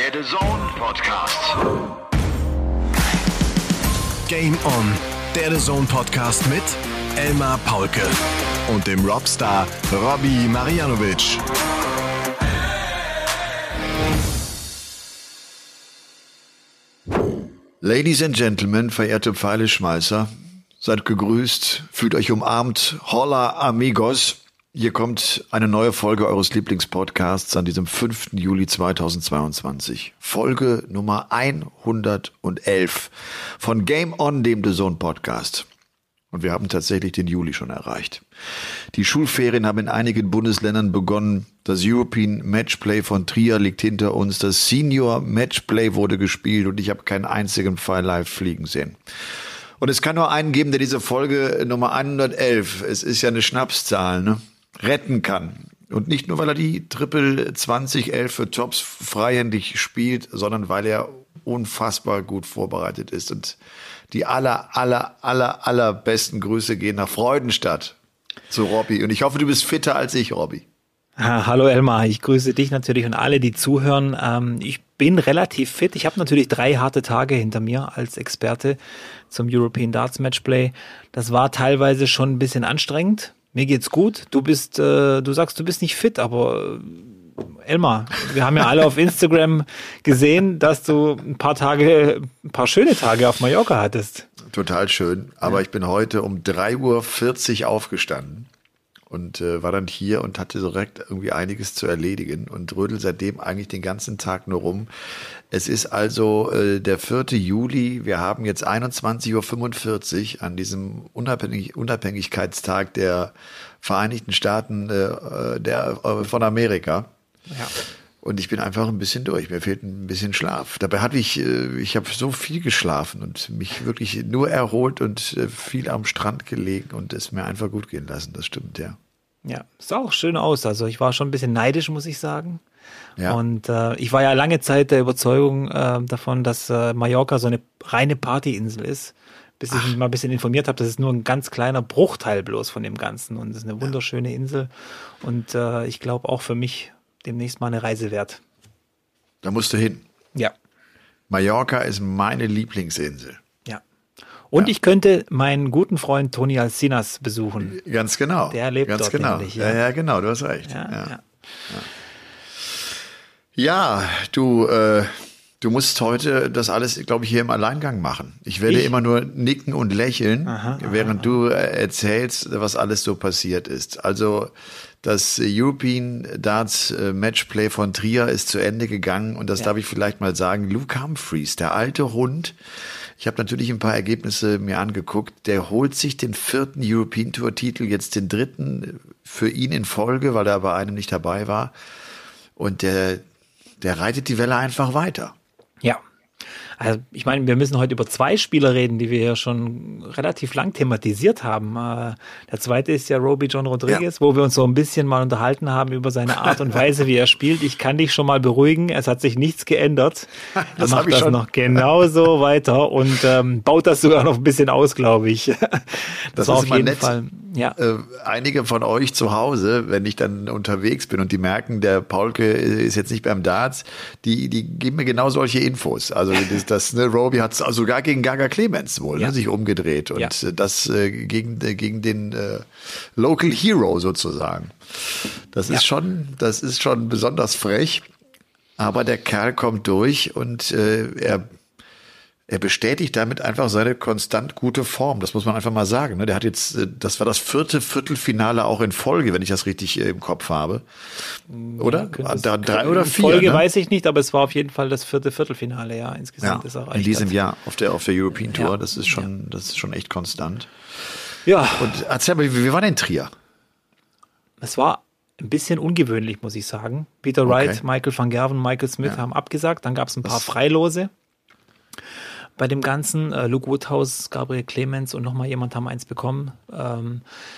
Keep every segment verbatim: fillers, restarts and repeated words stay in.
Der The Zone Podcast. Game On, der The Zone Podcast mit Elmar Paulke und dem Robstar Robbie Marianovic. Ladies and Gentlemen, verehrte Pfeileschmeißer, seid gegrüßt, fühlt euch umarmt, hola amigos. Hier kommt eine neue Folge eures Lieblingspodcasts an diesem fünften Juli zweitausendzweiundzwanzig. Folge Nummer hundertelf von Game On, dem The Zone Podcast. Und wir haben tatsächlich den Juli schon erreicht. Die Schulferien haben in einigen Bundesländern begonnen. Das European Matchplay von Trier liegt hinter uns. Das Senior Matchplay wurde gespielt und ich habe keinen einzigen Pfeil live fliegen sehen. Und es kann nur einen geben, der diese Folge Nummer hundertelf, es ist ja eine Schnapszahl, ne, retten kann. Und nicht nur, weil er die Triple zwanzig elf für Tops freihändig spielt, sondern weil er unfassbar gut vorbereitet ist. Und die aller, aller, aller, aller besten Grüße gehen nach Freudenstadt zu Robby. Und ich hoffe, du bist fitter als ich, Robby. Ah, hallo Elmar, ich grüße dich natürlich und alle, die zuhören. Ähm, ich bin relativ fit. Ich habe natürlich drei harte Tage hinter mir als Experte zum European Darts Matchplay. Das war teilweise schon ein bisschen anstrengend. Mir geht's gut. Du bist, äh, du sagst, du bist nicht fit, aber äh, Elmar, wir haben ja alle auf Instagram gesehen, dass du ein paar Tage, ein paar schöne Tage auf Mallorca hattest. Total schön. Aber ja. Ich bin heute um drei Uhr vierzig aufgestanden und äh, war dann hier und hatte direkt irgendwie einiges zu erledigen und rödel seitdem eigentlich den ganzen Tag nur rum. Es ist also äh, der vierte Juli, wir haben jetzt einundzwanzig Uhr fünfundvierzig an diesem Unabhängig- Unabhängigkeitstag der Vereinigten Staaten äh, der, äh, von Amerika. Ja. Und ich bin einfach ein bisschen durch, mir fehlt ein bisschen Schlaf. Dabei hatte ich, äh, ich habe so viel geschlafen und mich wirklich nur erholt und äh, viel am Strand gelegen und es mir einfach gut gehen lassen, das stimmt, ja. Ja, sah auch schön aus. Also ich war schon ein bisschen neidisch, muss ich sagen. Ja. Und äh, ich war ja lange Zeit der Überzeugung äh, davon, dass äh, Mallorca so eine reine Partyinsel ist, bis ich Ach. mich mal ein bisschen informiert habe. Das ist nur ein ganz kleiner Bruchteil bloß von dem Ganzen und es ist eine wunderschöne Insel und äh, ich glaube auch für mich demnächst mal eine Reise wert. Da musst du hin. Ja. Mallorca ist meine Lieblingsinsel. Ja. Und ja. ich könnte meinen guten Freund Toni Alcinas besuchen. Ganz genau. Der lebt Ganz dort genau. nämlich. Ja. ja, ja, genau, du hast recht. Ja, ja. ja. Ja. Ja, du, äh, du musst heute das alles, glaube ich, hier im Alleingang machen. Ich werde Ich? immer nur nicken und lächeln, Aha, während aha. du äh, erzählst, was alles so passiert ist. Also das European Darts äh, Matchplay von Trier ist zu Ende gegangen und das Ja. darf ich vielleicht mal sagen. Luke Humphries, der alte Hund, ich habe natürlich ein paar Ergebnisse mir angeguckt, der holt sich den vierten European Tour Titel, jetzt den dritten für ihn in Folge, weil er bei einem nicht dabei war. Und der Der reitet die Welle einfach weiter. Ja. Also ich meine, wir müssen heute über zwei Spieler reden, die wir ja schon relativ lang thematisiert haben. Äh, der zweite ist ja Robbie John Rodriguez, ja. wo wir uns so ein bisschen mal unterhalten haben über seine Art und Weise, wie er spielt. Ich kann dich schon mal beruhigen, es hat sich nichts geändert. Er Das macht hab ich das schon. noch genauso weiter und ähm, baut das sogar noch ein bisschen aus, glaube ich. Das, Das war ist auf immer jeden nett. Fall. Ja. Äh, einige von euch zu Hause, wenn ich dann unterwegs bin und die merken, der Paulke ist jetzt nicht beim Darts, die, die geben mir genau solche Infos. Also das, das ne, Robbie hat sogar gegen Gaga Clemens wohl Ja. ne, sich umgedreht und Ja. das äh, gegen, äh, gegen den äh, Local Hero sozusagen. Das Ja. ist schon, das ist schon besonders frech, aber der Kerl kommt durch und äh, er Er bestätigt damit einfach seine konstant gute Form. Das muss man einfach mal sagen. Der hat jetzt, das war das vierte Viertelfinale auch in Folge, wenn ich das richtig im Kopf habe. Oder? Ja, da, drei oder vier. Folge ne? weiß ich nicht, aber es war auf jeden Fall das vierte Viertelfinale, ja, insgesamt Ja, ist erreicht. in diesem hat. Jahr auf der, auf der European Tour. Ja. Das ist schon, das ist schon echt konstant. Ja, Und erzähl mal, wie, wie war denn Trier? es war ein bisschen ungewöhnlich, muss ich sagen. Peter Wright, Okay. Michael van Gerwen, Michael Smith Ja. haben abgesagt. Dann gab es ein paar Das- Freilose bei dem Ganzen. Äh, Luke Woodhouse, Gabriel Clemens und nochmal jemand haben eins bekommen. Ähm,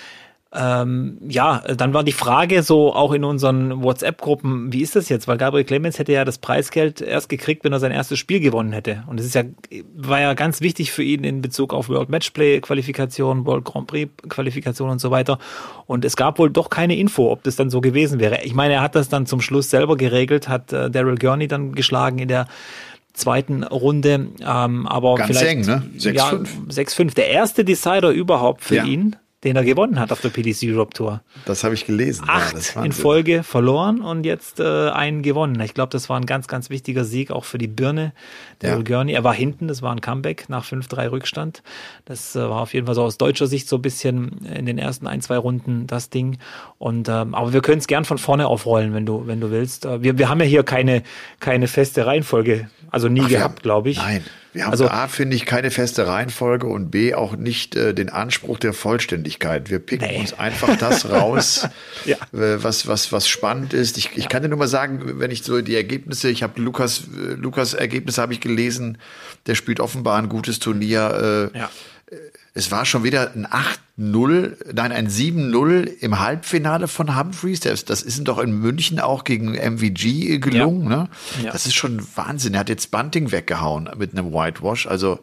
Ähm, ja, dann war die Frage so auch in unseren WhatsApp-Gruppen, wie ist das jetzt? Weil Gabriel Clemens hätte ja das Preisgeld erst gekriegt, wenn er sein erstes Spiel gewonnen hätte. Und das ist ja, war ja ganz wichtig für ihn in Bezug auf World Matchplay-Qualifikation, World Grand Prix-Qualifikation und so weiter. Und es gab wohl doch keine Info, ob das dann so gewesen wäre. Ich meine, er hat das dann zum Schluss selber geregelt, hat äh, Daryl Gurney dann geschlagen in der zweiten Runde. Ähm, aber ganz vielleicht, eng, ne? sechs fünf. Ja, sechs fünf. Der erste Decider überhaupt für ja. ihn, den er gewonnen hat auf der P D C Europe Tour. Das habe ich gelesen. Acht ja, das in Folge verloren und jetzt äh, einen gewonnen. Ich glaube, das war ein ganz, ganz wichtiger Sieg auch für die Birne. Der ja. Gurney, er war hinten, das war ein Comeback nach fünf drei Rückstand. Das äh, war auf jeden Fall so aus deutscher Sicht so ein bisschen in den ersten ein, zwei Runden das Ding. Und ähm, aber wir können es gern von vorne aufrollen, wenn du, wenn du willst. Wir, wir haben ja hier keine, keine feste Reihenfolge, also nie Ach, gehabt, glaube ich. Nein. Wir haben also, A, finde ich, keine feste Reihenfolge und B, auch nicht äh, den Anspruch der Vollständigkeit. Wir picken nee. uns einfach das raus, ja. äh, was, was, was spannend ist. Ich, ich ja. kann dir nur mal sagen, wenn ich so die Ergebnisse, ich habe Lukas, äh, Lukas Ergebnisse habe ich gelesen, der spielt offenbar ein gutes Turnier. Äh, ja. Es war schon wieder ein acht null, nein, ein sieben null im Halbfinale von Humphreys. Das, das ist ihm doch in München auch gegen M V G gelungen. Ja. Ne? Ja. Das ist schon Wahnsinn. Er hat jetzt Bunting weggehauen mit einem Whitewash. Also,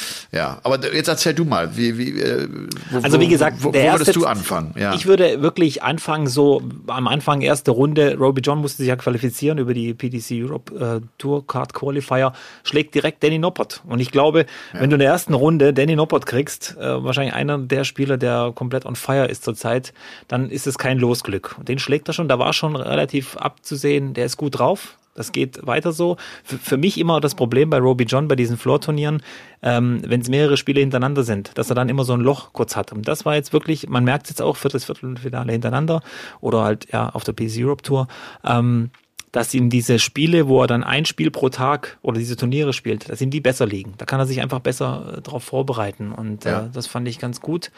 ja. Aber jetzt erzähl du mal, wie, wie, äh, wo, also wie gesagt, wo, wo, der wo erste, würdest du anfangen? Ja. Ich würde wirklich anfangen, so am Anfang erste Runde. Roby John musste sich ja qualifizieren über die P D C Europe äh, Tour Card Qualifier, schlägt direkt Danny Noppert. Und ich glaube, ja. wenn du in der ersten Runde Danny Noppert kriegst, äh, wahrscheinlich einer der Spieler, der komplett on fire ist zurzeit, dann ist es kein Losglück. Und den schlägt er schon, da war schon relativ abzusehen, der ist gut drauf. Das geht weiter so. Für, für mich immer das Problem bei Roby John, bei diesen Floor-Turnieren, ähm, wenn es mehrere Spiele hintereinander sind, dass er dann immer so ein Loch kurz hat. Und das war jetzt wirklich, man merkt es jetzt auch für das Viertelfinale hintereinander oder halt ja auf der P D C Europe Tour, ähm, dass ihm diese Spiele, wo er dann ein Spiel pro Tag oder diese Turniere spielt, dass ihm die besser liegen. Da kann er sich einfach besser äh, darauf vorbereiten und ja. äh, das fand ich ganz gut.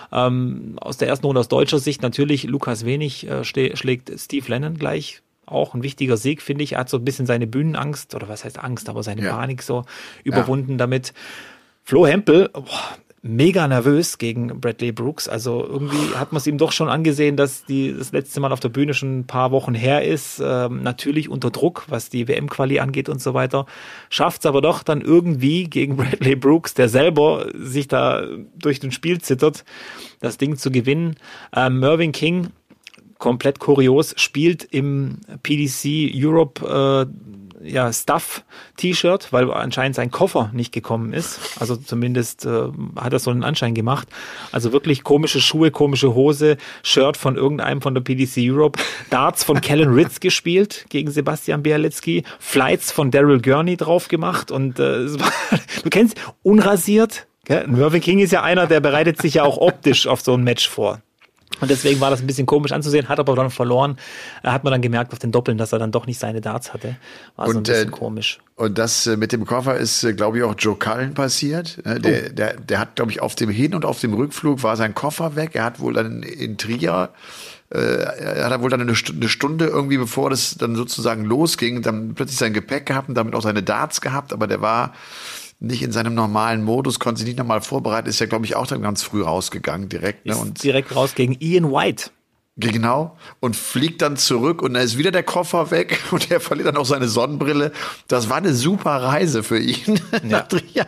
Ähm, aus der ersten Runde aus deutscher Sicht natürlich Lukas Wenig äh, schlä- schlägt Steve Lennon gleich. Auch ein wichtiger Sieg, finde ich. Er hat so ein bisschen seine Bühnenangst, oder was heißt Angst, aber seine ja. Panik so überwunden ja. damit. Flo Hempel, boah, mega nervös gegen Bradley Brooks. Also irgendwie hat man es ihm doch schon angesehen, dass die das letzte Mal auf der Bühne schon ein paar Wochen her ist. Ähm, natürlich unter Druck, was die W M-Quali angeht und so weiter. Schafft es aber doch dann irgendwie gegen Bradley Brooks, der selber sich da durch den Spiel zittert, das Ding zu gewinnen. Ähm, Mervyn King, komplett kurios, spielt im P D C Europe äh, ja, Stuff-T-Shirt, weil anscheinend sein Koffer nicht gekommen ist. Also zumindest äh, hat er so einen Anschein gemacht. Also wirklich komische Schuhe, komische Hose, Shirt von irgendeinem von der P D C Europe, Darts von Kellen Ritz gespielt gegen Sebastian Bialecki, Flights von Daryl Gurney drauf gemacht und äh, es war, du kennst, unrasiert. Gell? Mervyn King ist ja einer, der bereitet sich ja auch optisch auf so ein Match vor. Und deswegen war das ein bisschen komisch anzusehen, hat aber dann verloren. Hat man dann gemerkt auf den Doppeln, dass er dann doch nicht seine Darts hatte. War so ein bisschen äh, komisch. Und das äh, mit dem Koffer ist, äh, glaube ich, auch Joe Cullen passiert. Äh, der, oh. der, der hat, glaube ich, auf dem Hin- und auf dem Rückflug war sein Koffer weg. Er hat wohl dann in Trier, äh, er hat wohl dann eine Stunde, eine Stunde irgendwie, bevor das dann sozusagen losging, dann plötzlich sein Gepäck gehabt und damit auch seine Darts gehabt. Aber der war nicht in seinem normalen Modus, konnte sich nicht nochmal vorbereiten, ist ja, glaube ich, auch dann ganz früh rausgegangen direkt. Ne? Ist und direkt raus gegen Ian White. Genau. Und fliegt dann zurück und dann ist wieder der Koffer weg und er verliert dann auch seine Sonnenbrille. Das war eine super Reise für ihn. Ja.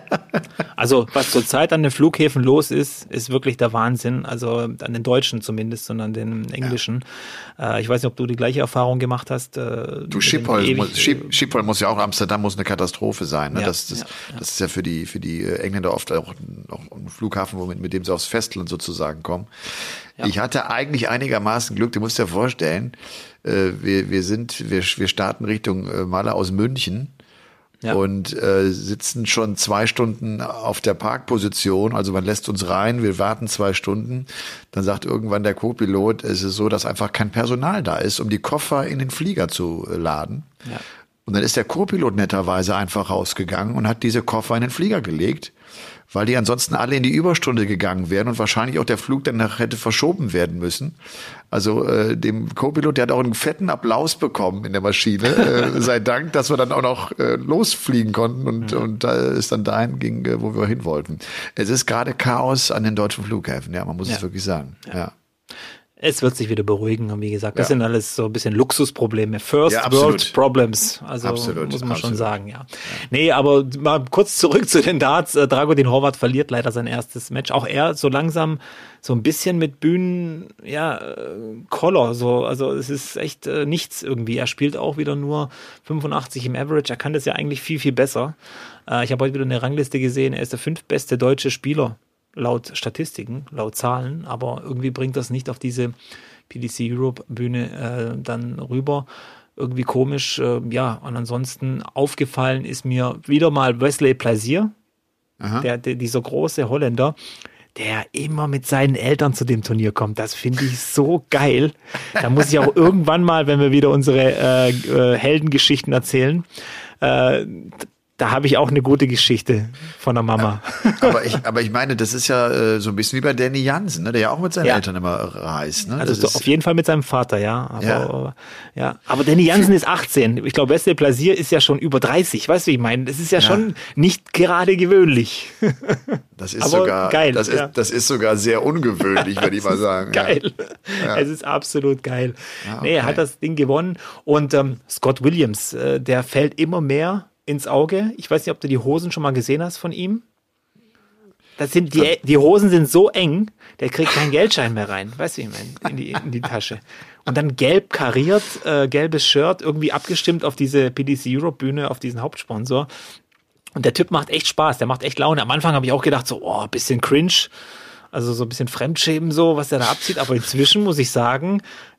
Also was zurzeit an den Flughäfen los ist, ist wirklich der Wahnsinn. Also an den Deutschen zumindest, sondern an den Englischen. Ja. Äh, ich weiß nicht, ob du die gleiche Erfahrung gemacht hast. Äh, du, Schiphol muss, Schiphol muss ja auch, Amsterdam muss eine Katastrophe sein. Ne? Ja, das, das, ja, ja. das ist ja für die, für die Engländer oft auch, auch ein Flughafen, womit, mit dem sie aufs Festland sozusagen kommen. Ja. Ich hatte eigentlich einigermaßen Glück, du musst dir vorstellen, äh, wir, wir sind, wir, wir starten Richtung äh, Malle aus München ja. und äh, sitzen schon zwei Stunden auf der Parkposition, also man lässt uns rein, wir warten zwei Stunden, dann sagt irgendwann der Co-Pilot, es ist so, dass einfach kein Personal da ist, um die Koffer in den Flieger zu äh, laden. Ja. Und dann ist der Co-Pilot netterweise einfach rausgegangen und hat diese Koffer in den Flieger gelegt, weil die ansonsten alle in die Überstunde gegangen wären und wahrscheinlich auch der Flug dann nach hätte verschoben werden müssen. Also äh, dem Co-Pilot, der hat auch einen fetten Applaus bekommen in der Maschine, äh, sei Dank, dass wir dann auch noch äh, losfliegen konnten und mhm. und da ist dann dahin ging, äh, wo wir hin wollten. Es ist gerade Chaos an den deutschen Flughäfen, ja, man muss ja. es wirklich sagen. Ja. ja. Es wird sich wieder beruhigen und wie gesagt, das ja. sind alles so ein bisschen Luxusprobleme. First ja, World Problems, also absolut, muss man absolut. schon sagen, ja. ja. Nee, aber mal kurz zurück zu den Darts. Äh, Dragutin Horvat verliert leider sein erstes Match. Auch er so langsam so ein bisschen mit Bühnen, ja, äh, Collar, so, also es ist echt äh, nichts irgendwie. Er spielt auch wieder nur fünfundachtzig im Average. Er kann das ja eigentlich viel, viel besser. Äh, ich habe heute wieder eine Rangliste gesehen. Er ist der fünftbeste deutsche Spieler. Laut Statistiken, laut Zahlen, aber irgendwie bringt das nicht auf diese P D C Europe Bühne äh, dann rüber. Irgendwie komisch, äh, ja, und ansonsten aufgefallen ist mir wieder mal Wesley Plaisir, der, der, dieser große Holländer, der immer mit seinen Eltern zu dem Turnier kommt. Das finde ich so geil. Da muss ich auch irgendwann mal, wenn wir wieder unsere äh, äh, Heldengeschichten erzählen, äh, da habe ich auch eine gute Geschichte von der Mama. Aber ich, aber ich meine, das ist ja äh, so ein bisschen wie bei Danny Jansen, ne, der ja auch mit seinen ja. Eltern immer reist. Ne? Also das so ist auf jeden Fall mit seinem Vater, ja. Aber, ja. ja. aber Danny Jansen ist achtzehn. Ich glaube, Wesley Plaisir ist ja schon über dreißig. Weißt du, wie ich meine? Das ist ja, ja schon nicht gerade gewöhnlich. Das ist aber sogar geil. Das ist, ja. das ist sogar sehr ungewöhnlich, würde ich mal sagen. Geil. Ja. Es ist absolut geil. Ah, okay. Nee, er hat das Ding gewonnen. Und ähm, Scott Williams, äh, der fällt immer mehr ins Auge. Ich weiß nicht, ob du die Hosen schon mal gesehen hast von ihm. Das sind die, die Hosen sind so eng, der kriegt keinen Geldschein mehr rein. Weißt du, wie ich meine? In die, in die Tasche. Und dann gelb kariert, äh, gelbes Shirt, irgendwie abgestimmt auf diese P D C Europe Bühne, auf diesen Hauptsponsor. Und der Typ macht echt Spaß, der macht echt Laune. Am Anfang habe ich auch gedacht, so, oh, bisschen cringe. Also so ein bisschen Fremdschämen, so, was der da abzieht. Aber inzwischen muss ich sagen,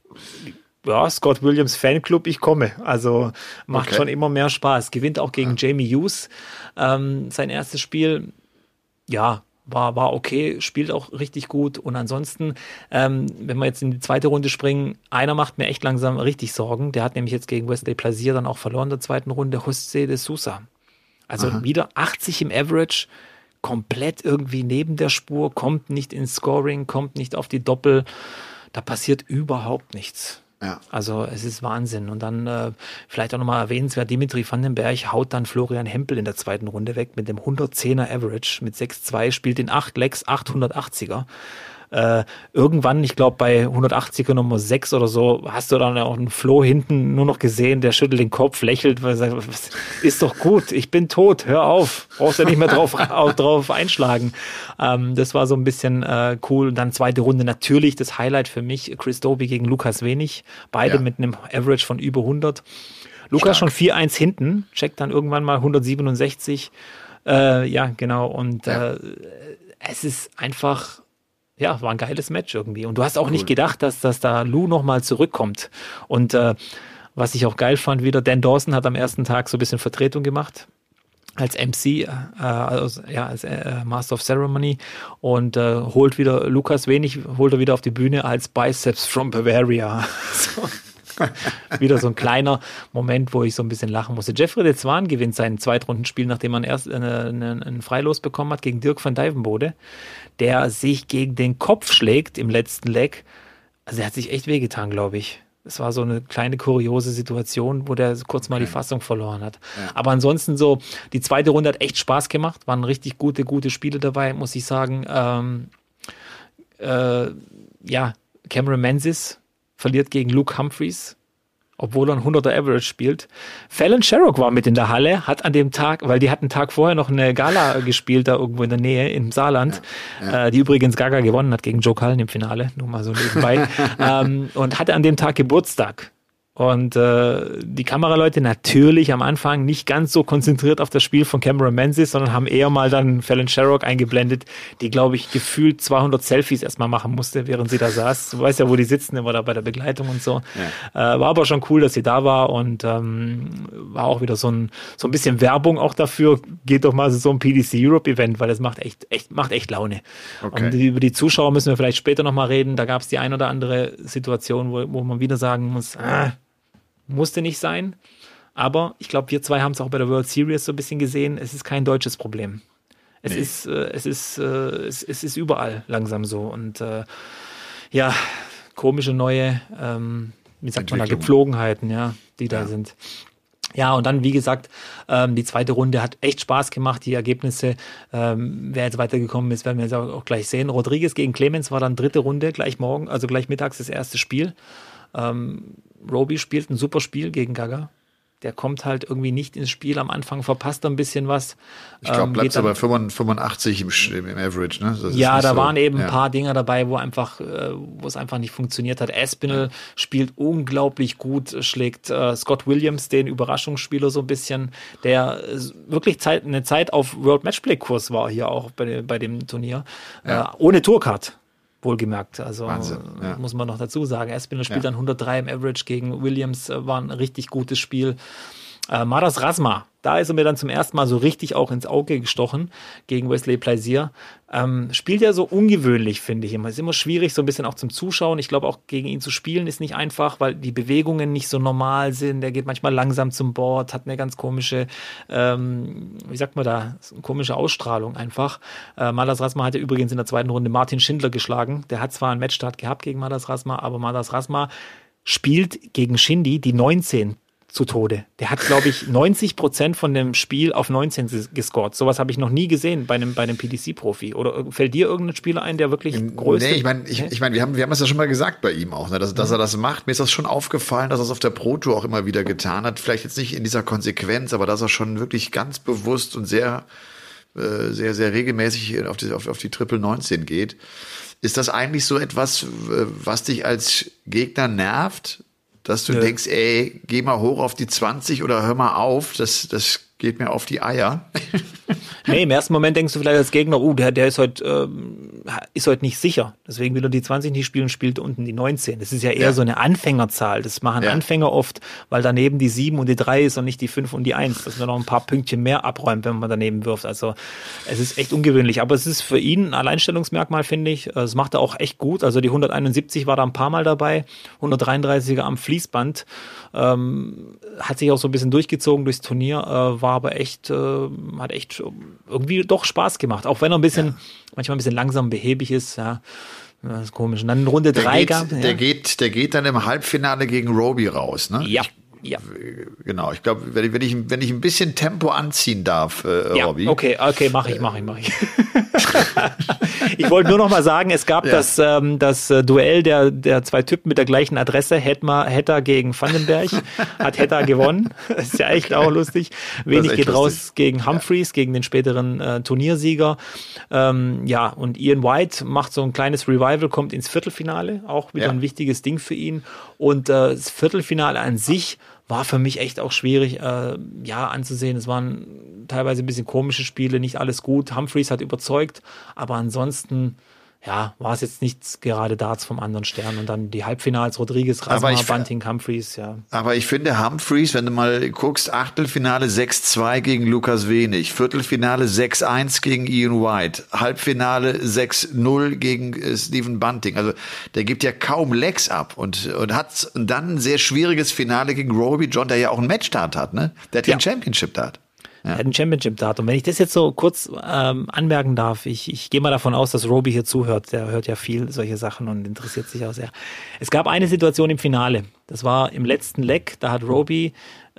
ja, Scott Williams Fanclub, ich komme. Also macht okay. schon immer mehr Spaß. Gewinnt auch gegen ja. Jamie Hughes ähm, sein erstes Spiel. Ja, war, war okay, spielt auch richtig gut. Und ansonsten, ähm, wenn wir jetzt in die zweite Runde springen, einer macht mir echt langsam richtig Sorgen. Der hat nämlich jetzt gegen Wesley Plaisir dann auch verloren in der zweiten Runde, José de Sousa. Also Aha. wieder achtzig im Average, komplett irgendwie neben der Spur, kommt nicht ins Scoring, kommt nicht auf die Doppel. Da passiert überhaupt nichts. Ja. Also es ist Wahnsinn. Und dann äh, vielleicht auch nochmal erwähnenswert, Dimitri Vandenberg haut dann Florian Hempel in der zweiten Runde weg mit dem hundertzehner Average, mit sechs zwei, spielt in acht Legs, achthundertachtziger. Äh, irgendwann, ich glaube bei hundertachtziger Nummer sechs oder so, hast du dann auch einen Flo hinten nur noch gesehen, der schüttelt den Kopf, lächelt, weil er sagt, was, ist doch gut, ich bin tot, hör auf, brauchst ja nicht mehr drauf, drauf einschlagen. Ähm, das war so ein bisschen äh, cool. Und dann zweite Runde natürlich das Highlight für mich, Chris Dobie gegen Lukas Wenig, beide ja. mit einem Average von über hundert. Lukas Stark. Schon vier eins hinten, checkt dann irgendwann mal hundertsiebenundsechzig. Äh, ja, genau. Und ja. Äh, es ist einfach, ja, war ein geiles Match irgendwie. Und du hast auch cool. nicht gedacht, dass, dass da Lou nochmal zurückkommt. Und äh, was ich auch geil fand, wieder Dan Dawson hat am ersten Tag so ein bisschen Vertretung gemacht. Als M C, äh, also, ja, als äh, Master of Ceremony und äh, holt wieder Lukas Wenig, holt er wieder auf die Bühne als Biceps from Bavaria. So. Wieder so ein kleiner Moment, wo ich so ein bisschen lachen musste. Jeffrey de Zwaan gewinnt sein Zweitrundenspiel, nachdem man erst einen Freilos bekommen hat gegen Dirk van Dijvenbode, der sich gegen den Kopf schlägt im letzten Leg. Also er hat sich echt wehgetan, glaube ich. Es war so eine kleine kuriose Situation, wo der kurz mal die Fassung verloren hat. Ja. Aber ansonsten so, die zweite Runde hat echt Spaß gemacht, waren richtig gute, gute Spiele dabei, muss ich sagen. Ähm, äh, ja, Cameron Menzies verliert gegen Luke Humphreys, obwohl er ein hunderter Average spielt. Fallon Sherrock war mit in der Halle, hat an dem Tag, weil die hatten einen Tag vorher noch eine Gala gespielt, da irgendwo in der Nähe, im Saarland, ja, ja. Äh, die übrigens Gaga gewonnen hat gegen Joe Cullen im Finale, nur mal so nebenbei, ähm, und hatte an dem Tag Geburtstag. Und äh, die Kameraleute natürlich am Anfang nicht ganz so konzentriert auf das Spiel von Cameron Menzies, sondern haben eher mal dann Fallon Sherrock eingeblendet, die, glaube ich, gefühlt zweihundert Selfies erstmal machen musste, während sie da saß. Du weißt ja, wo die sitzen, immer da bei der Begleitung und so. Ja. Äh, war aber schon cool, dass sie da war und ähm, war auch wieder so ein so ein bisschen Werbung auch dafür. Geht doch mal so ein P D C Europe Event, weil das macht echt echt macht echt Laune. Okay. Und über die Zuschauer müssen wir vielleicht später nochmal reden. Da gab es die ein oder andere Situation, wo, wo man wieder sagen muss, ah, musste nicht sein, aber ich glaube, wir zwei haben es auch bei der World Series so ein bisschen gesehen, es ist kein deutsches Problem. Es nee. ist, äh, es ist, äh, es, es ist überall langsam so und äh, ja, komische neue, ähm, wie sagt man da, Gepflogenheiten, ja, die da ja. sind. Ja, und dann, wie gesagt, ähm, die zweite Runde hat echt Spaß gemacht. Die Ergebnisse, ähm, wer jetzt weitergekommen ist, werden wir jetzt auch, auch gleich sehen. Rodriguez gegen Clemens war dann dritte Runde, gleich morgen, also gleich mittags das erste Spiel. Ähm, Roby spielt ein super Spiel gegen Gaga. Der kommt halt irgendwie nicht ins Spiel. Am Anfang verpasst er ein bisschen was. Ich glaube, ähm, bleibt aber fünfundachtzig im, im Average, ne? Das ja, da so, waren eben ja. ein paar Dinger dabei, wo einfach, äh, wo es einfach nicht funktioniert hat. Aspinall ja. spielt unglaublich gut, schlägt äh, Scott Williams, den Überraschungsspieler so ein bisschen, der äh, wirklich Zeit, eine Zeit auf World Matchplay-Kurs war hier auch bei, bei dem Turnier. Ja. Äh, ohne Tourcard. Wohlgemerkt, also Wahnsinn, ja. muss man noch dazu sagen. Aspinall spielt ja. dann hundertdrei im Average gegen Williams, äh, war ein richtig gutes Spiel. Äh, Maras Razma, da ist er mir dann zum ersten Mal so richtig auch ins Auge gestochen gegen Wesley Plaisir. Ähm, spielt ja so ungewöhnlich, finde ich immer. Ist immer schwierig, so ein bisschen auch zum Zuschauen. Ich glaube, auch gegen ihn zu spielen ist nicht einfach, weil die Bewegungen nicht so normal sind. Der geht manchmal langsam zum Board, hat eine ganz komische, ähm, wie sagt man da, eine komische Ausstrahlung einfach. Äh, Maras Razma hatte übrigens in der zweiten Runde Martin Schindler geschlagen. Der hat zwar einen Matchstart gehabt gegen Maras Razma, aber Maras Razma spielt gegen Shindy die neunzehn zu Tode. Der hat, glaube ich, neunzig Prozent von dem Spiel auf neunzehn gescored. Sowas habe ich noch nie gesehen bei einem, bei einem P D C-Profi. Oder fällt dir irgendein Spieler ein, der wirklich größte... Nee, ich meine, ich, ich mein, wir haben wir haben es ja schon mal gesagt bei ihm auch, ne, dass, dass er das macht. Mir ist das schon aufgefallen, dass er es auf der Pro Tour auch immer wieder getan hat. Vielleicht jetzt nicht in dieser Konsequenz, aber dass er schon wirklich ganz bewusst und sehr, äh, sehr, sehr regelmäßig auf die, auf, auf die Triple neunzehn geht. Ist das eigentlich so etwas, was dich als Gegner nervt? Dass du ja. denkst, ey, geh mal hoch auf die zwanzig oder hör mal auf, das, das geht mir auf die Eier. Nee, im ersten Moment denkst du vielleicht als Gegner, uh, der, der ist heute ähm, ist heute nicht sicher. Deswegen will er die zwanzig nicht spielen, spielt unten die neunzehn. Das ist ja eher ja. so eine Anfängerzahl. Das machen ja. Anfänger oft, weil daneben die sieben und die drei ist und nicht die fünf und die eins. Dass man noch ein paar Pünktchen mehr abräumt, wenn man daneben wirft. Also es ist echt ungewöhnlich. Aber es ist für ihn ein Alleinstellungsmerkmal, finde ich. Das macht er auch echt gut. Also die hunderteinundsiebzig war da ein paar Mal dabei. hundertdreiunddreißiger am Fließband. Ähm, hat sich auch so ein bisschen durchgezogen durchs Turnier. Äh, war aber echt, äh, hat echt irgendwie doch Spaß gemacht. Auch wenn er ein bisschen, ja. manchmal ein bisschen langsam behäbig ist, ja. Das ist komisch. Und dann in Runde drei gab es. Der ja. geht, der geht dann im Halbfinale gegen Roby raus, ne? Ja. Ich, ja. Genau. Ich glaube, wenn, wenn ich, wenn ich ein bisschen Tempo anziehen darf, äh, ja. Roby. Okay, okay, mach ich, mach ich, mach ich. Ich wollte nur noch mal sagen, es gab ja. das, ähm, das äh, Duell der, der zwei Typen mit der gleichen Adresse, Hetma, Hetta gegen Vandenberg, hat Hetta gewonnen. Das ist ja echt auch lustig. Wenig geht lustig. Raus gegen Humphreys, ja. gegen den späteren äh, Turniersieger. Ähm, ja, und Ian White macht so ein kleines Revival, kommt ins Viertelfinale, auch wieder ja. ein wichtiges Ding für ihn. Und äh, das Viertelfinale an sich war für mich echt auch schwierig, äh, ja, anzusehen. Es waren teilweise ein bisschen komische Spiele, nicht alles gut. Humphreys hat überzeugt, aber ansonsten, ja, war es jetzt nichts gerade Darts vom anderen Stern. Und dann die Halbfinals, Rodriguez, Razma, Bunting, Humphreys, ja. Aber ich finde Humphreys, wenn du mal guckst, Achtelfinale sechs zwei gegen Lukas Wenig, Viertelfinale sechs eins gegen Ian White, Halbfinale sechs null gegen äh, Stephen Bunting. Also der gibt ja kaum Legs ab und, und hat dann ein sehr schwieriges Finale gegen Roby John, der ja auch einen Matchstart hat, ne? Der hat ja einen Championship-Dart. Ja. Er hat ein Championship-Dart. Und wenn ich das jetzt so kurz ähm, anmerken darf, ich, ich gehe mal davon aus, dass Roby hier zuhört. Der hört ja viel solche Sachen und interessiert sich auch sehr. Es gab eine Situation im Finale. Das war im letzten Leg. Da hat Roby,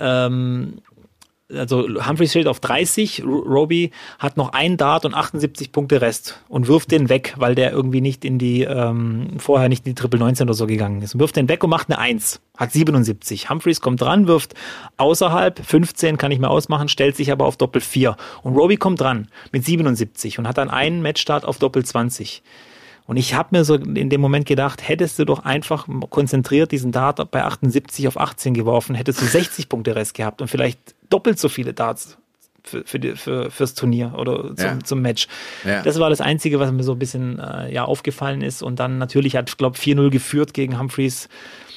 ähm, also Humphreys steht auf dreißig. Roby hat noch ein Dart und achtundsiebzig Punkte Rest und wirft den weg, weil der irgendwie nicht in die, ähm, vorher nicht in die Triple neunzehn oder so gegangen ist. Und wirft den weg und macht eine eins. Hat siebenundsiebzig. Humphreys kommt dran, wirft außerhalb, fünfzehn kann ich mehr ausmachen, stellt sich aber auf Doppel vier. Und Roby kommt dran mit siebenundsiebzig und hat dann einen Matchstart auf Doppel zwanzig. Und ich habe mir so in dem Moment gedacht, hättest du doch einfach konzentriert diesen Dart bei achtundsiebzig auf achtzehn geworfen, hättest du sechzig Punkte Rest gehabt und vielleicht doppelt so viele Darts für, für die, für, fürs Turnier oder zum, ja. zum Match. Ja. Das war das Einzige, was mir so ein bisschen äh, ja, aufgefallen ist. Und dann natürlich hat, glaube ich, vier null geführt gegen Humphreys.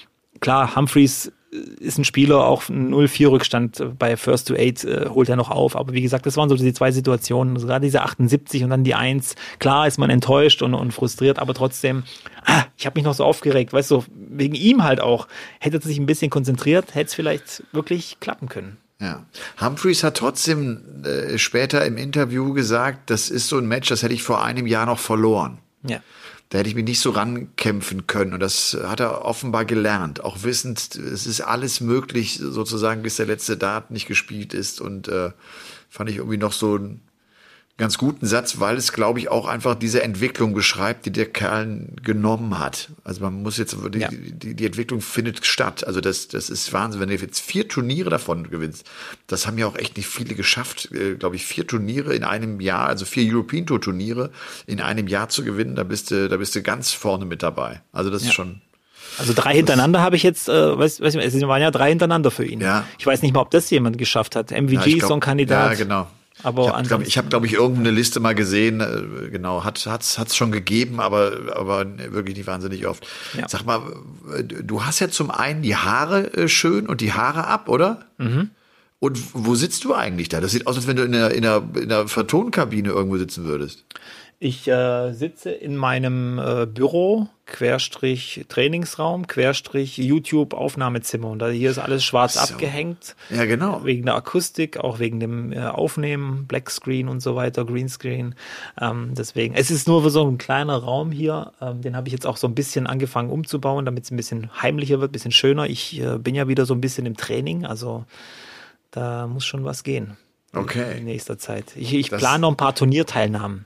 Klar, Humphreys ist ein Spieler, auch ein null vier Rückstand bei First to Eight äh, holt er noch auf. Aber wie gesagt, das waren so die zwei Situationen, also gerade diese achtundsiebzig und dann die eins. Klar ist man enttäuscht und, und frustriert, aber trotzdem, ah, ich habe mich noch so aufgeregt, weißt du, wegen ihm halt auch. Hätte er sich ein bisschen konzentriert, hätte es vielleicht wirklich klappen können. Ja. Humphreys hat trotzdem äh, später im Interview gesagt, das ist so ein Match, das hätte ich vor einem Jahr noch verloren. Ja. da hätte ich mich nicht so rankämpfen können. Und das hat er offenbar gelernt. Auch wissend, es ist alles möglich, sozusagen, bis der letzte Dart nicht gespielt ist. Und äh, fand ich irgendwie noch so ein ganz guten Satz, weil es, glaube ich, auch einfach diese Entwicklung beschreibt, die der Kerl genommen hat. Also man muss jetzt, die, ja. die, die Entwicklung findet statt. Also das, das ist Wahnsinn. Wenn du jetzt vier Turniere davon gewinnst, das haben ja auch echt nicht viele geschafft, äh, glaube ich, vier Turniere in einem Jahr, also vier European Tour Turniere in einem Jahr zu gewinnen, da bist du, da bist du ganz vorne mit dabei. Also das ja. ist schon. Also drei hintereinander habe ich jetzt, äh, weiß, weiß ich, es waren ja drei hintereinander für ihn. Ja. Ich weiß nicht mal, ob das jemand geschafft hat. M V G ja, glaub, ist so ein Kandidat. Ja, genau. Aber ich habe, glaube ich, hab, glaub ich, irgendeine Liste mal gesehen, äh, genau, hat hat's hat's schon gegeben, aber aber wirklich nicht wahnsinnig oft. Ja. Sag mal, du hast ja zum einen die Haare äh, schön und die Haare ab, oder? Mhm. Und wo sitzt du eigentlich da? Das sieht aus, als wenn du in der in der in der Vertonkabine irgendwo sitzen würdest. Ich äh, sitze in meinem äh, Büro, Querstrich Trainingsraum, Querstrich YouTube-Aufnahmezimmer. Und da hier ist alles schwarz so. abgehängt. Ja, genau. Wegen der Akustik, auch wegen dem äh, Aufnehmen, Blackscreen und so weiter, Greenscreen. Ähm, deswegen, es ist nur so ein kleiner Raum hier. Ähm, den habe ich jetzt auch so ein bisschen angefangen umzubauen, damit es ein bisschen heimlicher wird, ein bisschen schöner. Ich äh, bin ja wieder so ein bisschen im Training, also da muss schon was gehen. Okay. In nächster Zeit. Ich, ich plane noch ein paar Turnierteilnahmen.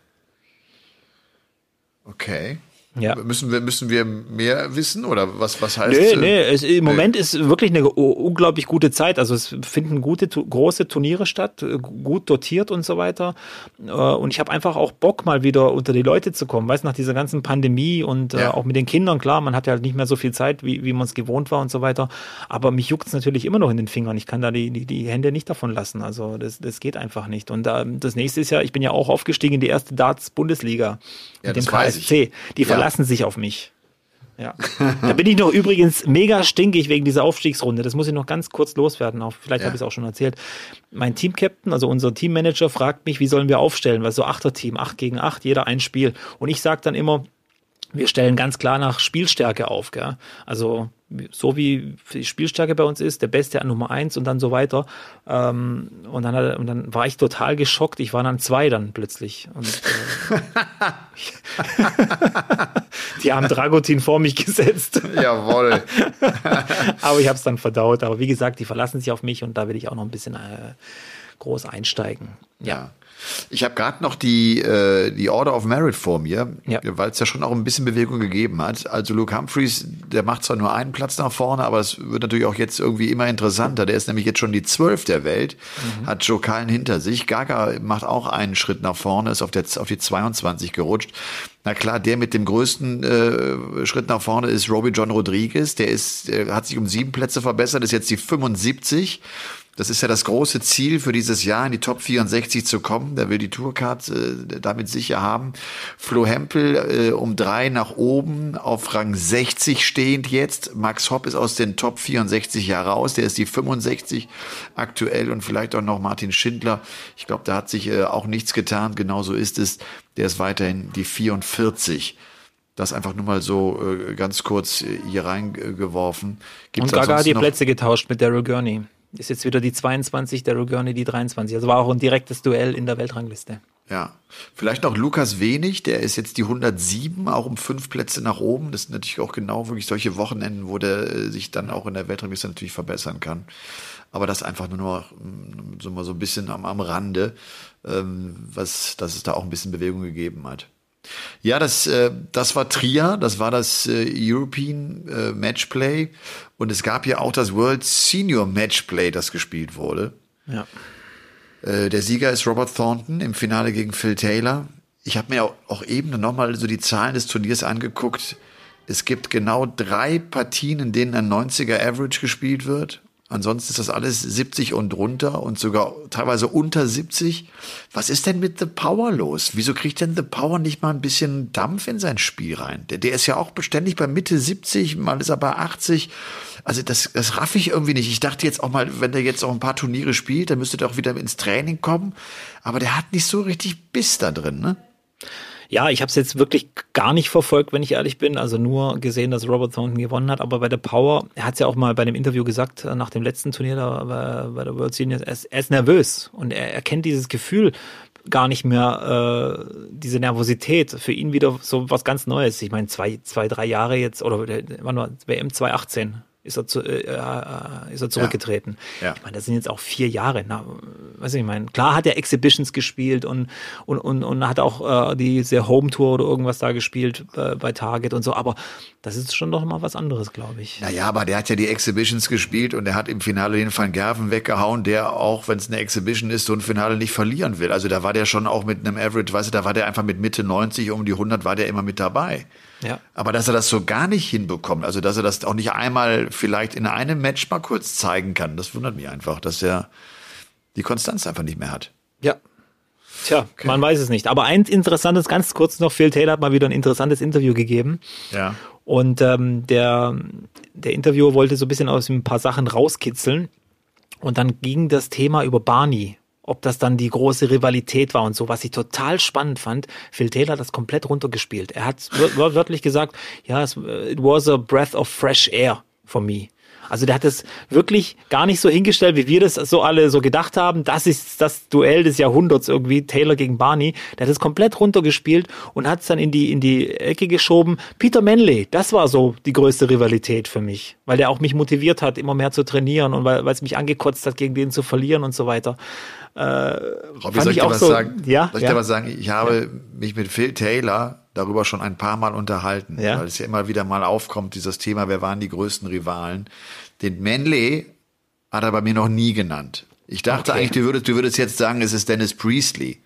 Okay. Ja. Müssen wir, müssen wir mehr wissen oder was, was heißt? Nee, nee, es, im Moment ist wirklich eine unglaublich gute Zeit. Also es finden gute, große Turniere statt, gut dotiert und so weiter. Und ich habe einfach auch Bock, mal wieder unter die Leute zu kommen. Weißt, nach dieser ganzen Pandemie und ja. äh, auch mit den Kindern, klar, man hat ja halt nicht mehr so viel Zeit, wie, wie man es gewohnt war und so weiter. Aber mich juckt es natürlich immer noch in den Fingern. Ich kann da die, die, die Hände nicht davon lassen. Also das, das geht einfach nicht. Und äh, das nächste ist ja, ich bin ja auch aufgestiegen in die erste Darts-Bundesliga ja, mit dem K S C. Die ja. verlassen sich auf mich. Ja. Da bin ich noch übrigens mega stinkig wegen dieser Aufstiegsrunde. Das muss ich noch ganz kurz loswerden. Auch, vielleicht ja. habe ich es auch schon erzählt. Mein Teamcaptain, also unser Teammanager, fragt mich, wie sollen wir aufstellen? Weil so Achterteam, acht gegen acht, jeder ein Spiel. Und ich sage dann immer, wir stellen ganz klar nach Spielstärke auf. Gell? Also so wie die Spielstärke bei uns ist, der Beste an Nummer eins und dann so weiter. Ähm, und, dann hat, und dann war ich total geschockt. Ich war dann zwei dann plötzlich. Und, äh, die haben Dragutin vor mich gesetzt. Jawohl. Aber ich habe es dann verdaut. Aber wie gesagt, die verlassen sich auf mich und da will ich auch noch ein bisschen äh, groß einsteigen. Ja. Ich habe gerade noch die äh, die Order of Merit vor mir, ja. weil es ja schon auch ein bisschen Bewegung gegeben hat. Also Luke Humphreys, der macht zwar nur einen Platz nach vorne, aber es wird natürlich auch jetzt irgendwie immer interessanter. Der ist nämlich jetzt schon die zwölf der Welt, mhm. hat Joe Cullen hinter sich. Gaga macht auch einen Schritt nach vorne, ist auf, der, auf die zweiundzwanzig gerutscht. Na klar, der mit dem größten äh, Schritt nach vorne ist Robbie John Rodriguez. Der ist, der hat sich um sieben Plätze verbessert, ist jetzt die fünfundsiebzig. Das ist ja das große Ziel für dieses Jahr, in die Top vierundsechzig zu kommen. Da will die Tourcard äh, damit sicher haben. Flo Hempel äh, um drei nach oben auf Rang sechzig stehend jetzt. Max Hopp ist aus den Top vierundsechzig ja raus. Der ist die fünfundsechzig aktuell und vielleicht auch noch Martin Schindler. Ich glaube, da hat sich äh, auch nichts getan. Genauso ist es. Der ist weiterhin die vierundvierzig. Das einfach nur mal so äh, ganz kurz äh, hier reingeworfen. Und Gaga hat die Plätze getauscht mit Daryl Gurney. Ist jetzt wieder die zweiundzwanzig, Daryl Gurney die dreiundzwanzig. Also war auch ein direktes Duell in der Weltrangliste. Ja, vielleicht noch Lukas Wenig, der ist jetzt die hundertsieben, auch um fünf Plätze nach oben. Das sind natürlich auch genau wirklich solche Wochenenden, wo der sich dann auch in der Weltrangliste natürlich verbessern kann. Aber das einfach nur noch so mal so ein bisschen am, am Rande, ähm, was, dass es da auch ein bisschen Bewegung gegeben hat. Ja, das, äh, das war Trier, das war das äh, European äh, Matchplay und es gab ja auch das World Senior Matchplay, das gespielt wurde. Ja. Äh, der Sieger ist Robert Thornton im Finale gegen Phil Taylor. Ich habe mir auch, auch eben nochmal so die Zahlen des Turniers angeguckt. Es gibt genau drei Partien, in denen ein neunziger Average gespielt wird. Ansonsten ist das alles siebzig und drunter und sogar teilweise unter siebzig. Was ist denn mit The Power los? Wieso kriegt denn The Power nicht mal ein bisschen Dampf in sein Spiel rein? Der, der ist ja auch beständig bei Mitte siebzig, mal ist er bei achtzig. Also das, das raff ich irgendwie nicht. Ich dachte jetzt auch mal, wenn der jetzt auch ein paar Turniere spielt, dann müsste der auch wieder ins Training kommen. Aber der hat nicht so richtig Biss da drin, ne? Ja, ich habe es jetzt wirklich gar nicht verfolgt, wenn ich ehrlich bin. Also nur gesehen, dass Robert Thornton gewonnen hat. Aber bei der Power, er hat es ja auch mal bei dem Interview gesagt, nach dem letzten Turnier da, bei, bei der World Seniors, er ist, er ist nervös. Und er, er kennt dieses Gefühl, gar nicht mehr äh, diese Nervosität. Für ihn wieder so was ganz Neues. Ich meine, zwei, zwei, drei Jahre jetzt, oder wann war W M zwanzig achtzehn ist er, zu, äh, ist er zurückgetreten. Ja. Ja. Ich meine, das sind jetzt auch vier Jahre. Na, weiß ich, ich meine, klar hat er Exhibitions gespielt und, und, und, und hat auch äh, diese Home Tour oder irgendwas da gespielt äh, bei Target und so, aber das ist schon doch mal was anderes, glaube ich. Naja, aber der hat ja die Exhibitions gespielt und er hat im Finale den Van Gerven weggehauen, der auch, wenn es eine Exhibition ist, so ein Finale nicht verlieren will. Also da war der schon auch mit einem Average, weißt du, da war der einfach mit Mitte neunzig, um die hundert war der immer mit dabei. Ja. Aber dass er das so gar nicht hinbekommt, also dass er das auch nicht einmal vielleicht in einem Match mal kurz zeigen kann, das wundert mich einfach, dass er die Konstanz einfach nicht mehr hat. Ja. Tja, okay. Man weiß es nicht. Aber eins interessantes, ganz kurz noch, Phil Taylor hat mal wieder ein interessantes Interview gegeben. Ja. Und ähm, der, der Interviewer wollte so ein bisschen aus ein paar Sachen rauskitzeln. Und dann ging das Thema über Barney. Ob das dann die große Rivalität war und so, was ich total spannend fand. Phil Taylor hat das komplett runtergespielt. Er hat wörtlich gesagt, ja, it was a breath of fresh air for me. Also der hat es wirklich gar nicht so hingestellt, wie wir das so alle so gedacht haben. Das ist das Duell des Jahrhunderts irgendwie, Taylor gegen Barney. Der hat es komplett runtergespielt und hat es dann in die in die Ecke geschoben. Peter Manley, das war so die größte Rivalität für mich, weil der auch mich motiviert hat, immer mehr zu trainieren und weil es mich angekotzt hat, gegen den zu verlieren und so weiter. Äh, Robby, soll ich dir was so, sagen? Ja, soll ich ja? dir was sagen? Ich habe ja. mich mit Phil Taylor darüber schon ein paar Mal unterhalten, ja. weil es ja immer wieder mal aufkommt, dieses Thema, wer waren die größten Rivalen. Den Manley hat er bei mir noch nie genannt. Ich dachte okay. eigentlich, du würdest, du würdest jetzt sagen, es ist Dennis Priestley.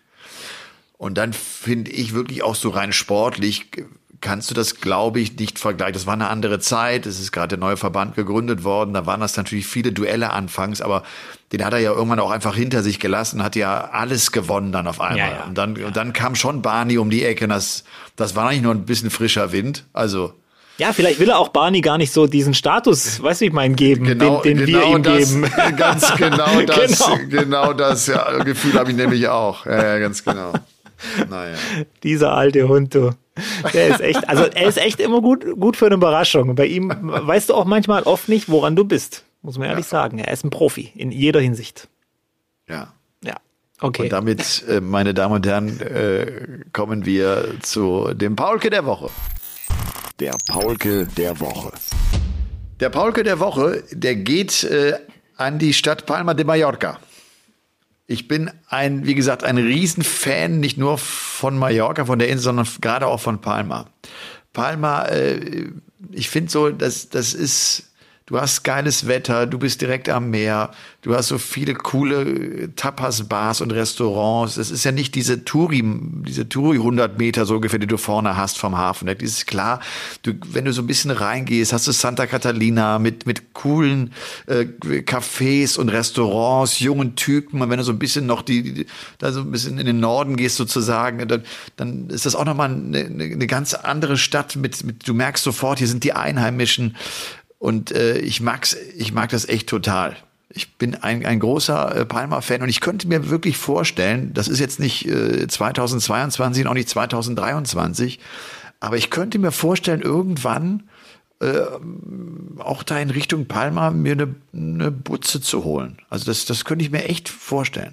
Und dann finde ich wirklich auch so rein sportlich, kannst du das, glaube ich, nicht vergleichen. Das war eine andere Zeit, es ist gerade der neue Verband gegründet worden, da waren das natürlich viele Duelle anfangs, aber den hat er ja irgendwann auch einfach hinter sich gelassen, hat ja alles gewonnen dann auf einmal. Ja, ja. Und dann, ja. und dann kam schon Barney um die Ecke und das, das war eigentlich nur ein bisschen frischer Wind, also... Ja, vielleicht will er auch Barney gar nicht so diesen Status, weißt du, ich meine, geben, genau, den, den genau wir ihm das, geben. Ganz genau das, genau, genau das ja, Gefühl habe ich nämlich auch. Ja, ja, ganz genau. Naja. Dieser alte Hund, du. Der ist echt, also er ist echt immer gut, gut für eine Überraschung. Bei ihm weißt du auch manchmal oft nicht, woran du bist. Muss man ehrlich ja. sagen. Er ist ein Profi in jeder Hinsicht. Ja. Ja. Okay. Und damit, meine Damen und Herren, kommen wir zu dem Paulke der Woche. Der Paulke der Woche. Der Paulke der Woche, der geht äh, an die Stadt Palma de Mallorca. Ich bin ein, wie gesagt, ein Riesenfan, nicht nur von Mallorca, von der Insel, sondern gerade auch von Palma. Palma, äh, ich finde so, das, das ist, du hast geiles Wetter, du bist direkt am Meer, du hast so viele coole Tapas-Bars und Restaurants. Es ist ja nicht diese Touri, diese Touri hundert Meter so ungefähr, die du vorne hast vom Hafen. Das ist klar, du, wenn du so ein bisschen reingehst, hast du Santa Catalina mit, mit coolen äh, Cafés und Restaurants, jungen Typen. Und wenn du so ein bisschen noch die, die da so ein bisschen in den Norden gehst sozusagen, dann, dann ist das auch nochmal eine, eine ganz andere Stadt mit, mit, du merkst sofort, hier sind die Einheimischen. Und äh, ich mag's, ich mag das echt total. Ich bin ein, ein großer äh, Palma-Fan und ich könnte mir wirklich vorstellen, das ist jetzt nicht äh, zweitausendzweiundzwanzig und auch nicht zweitausenddreiundzwanzig, aber ich könnte mir vorstellen, irgendwann äh, auch da in Richtung Palma mir eine, eine Butze zu holen. Also das, das könnte ich mir echt vorstellen.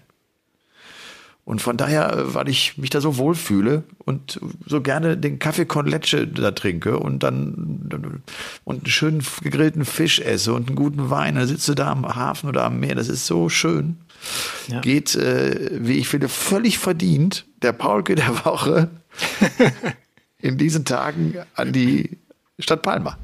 Und von daher, weil ich mich da so wohlfühle und so gerne den Kaffee con leche da trinke und dann und einen schönen gegrillten Fisch esse und einen guten Wein, dann sitze da am Hafen oder am Meer, das ist so schön. Ja. Geht, äh, wie ich finde, völlig verdient der Paulke der Woche in diesen Tagen an die Stadt Palma.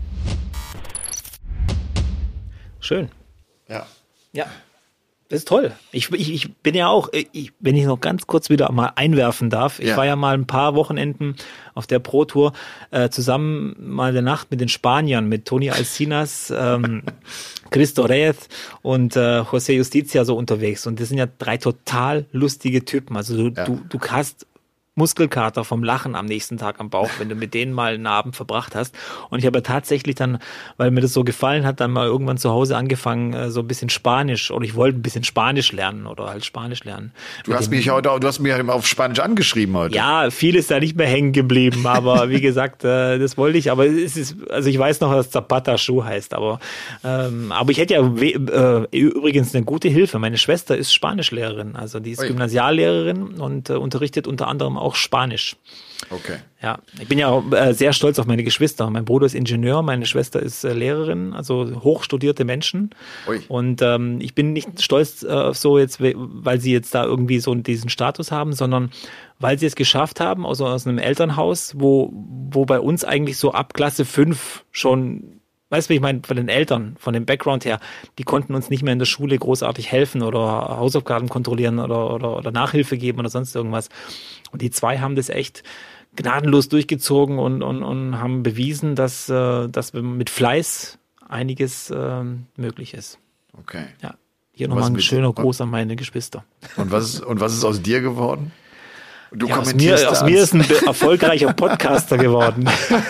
Schön. Ja. Ja. Das ist toll. Ich, ich, ich bin ja auch, ich, wenn ich noch ganz kurz wieder mal einwerfen darf, ich ja. war ja mal ein paar Wochenenden auf der Pro Tour äh, zusammen mal eine Nacht mit den Spaniern, mit Toni Alcinas, ähm, Cristo Reyes und äh, José Justicia so unterwegs. Und das sind ja drei total lustige Typen. Also du, ja. du, du hast Muskelkater vom Lachen am nächsten Tag am Bauch, wenn du mit denen mal einen Abend verbracht hast. Und ich habe tatsächlich dann, weil mir das so gefallen hat, dann mal irgendwann zu Hause angefangen, so ein bisschen Spanisch, oder ich wollte ein bisschen Spanisch lernen oder halt Spanisch lernen. Du hast mich heute, du hast mich auf Spanisch angeschrieben heute. Ja, viel ist da nicht mehr hängen geblieben, aber wie gesagt, das wollte ich, aber es ist, also ich weiß noch, dass Zapata Schuh heißt, aber, ähm, aber ich hätte ja äh, übrigens eine gute Hilfe. Meine Schwester ist Spanischlehrerin, also die ist Ui. Gymnasiallehrerin und äh, unterrichtet unter anderem auch Spanisch. Okay. Ja, ich bin ja auch, äh, sehr stolz auf meine Geschwister. Mein Bruder ist Ingenieur, meine Schwester ist äh, Lehrerin, also hochstudierte Menschen. Ui. Und ähm, ich bin nicht stolz äh, so jetzt, weil sie jetzt da irgendwie so diesen Status haben, sondern weil sie es geschafft haben, also aus einem Elternhaus, wo, wo bei uns eigentlich so ab Klasse fünf schon, weißt du, wie ich meine, von den Eltern, von dem Background her, die konnten uns nicht mehr in der Schule großartig helfen oder Hausaufgaben kontrollieren oder, oder, oder Nachhilfe geben oder sonst irgendwas. Und die zwei haben das echt gnadenlos durchgezogen und, und, und haben bewiesen, dass, äh, dass mit Fleiß einiges äh, möglich ist. Okay. Ja. Hier nochmal ein schöner Gruß an meine Geschwister. Und was ist, und was ist aus dir geworden? Du ja, aus mir, aus mir ist ein erfolgreicher Podcaster geworden.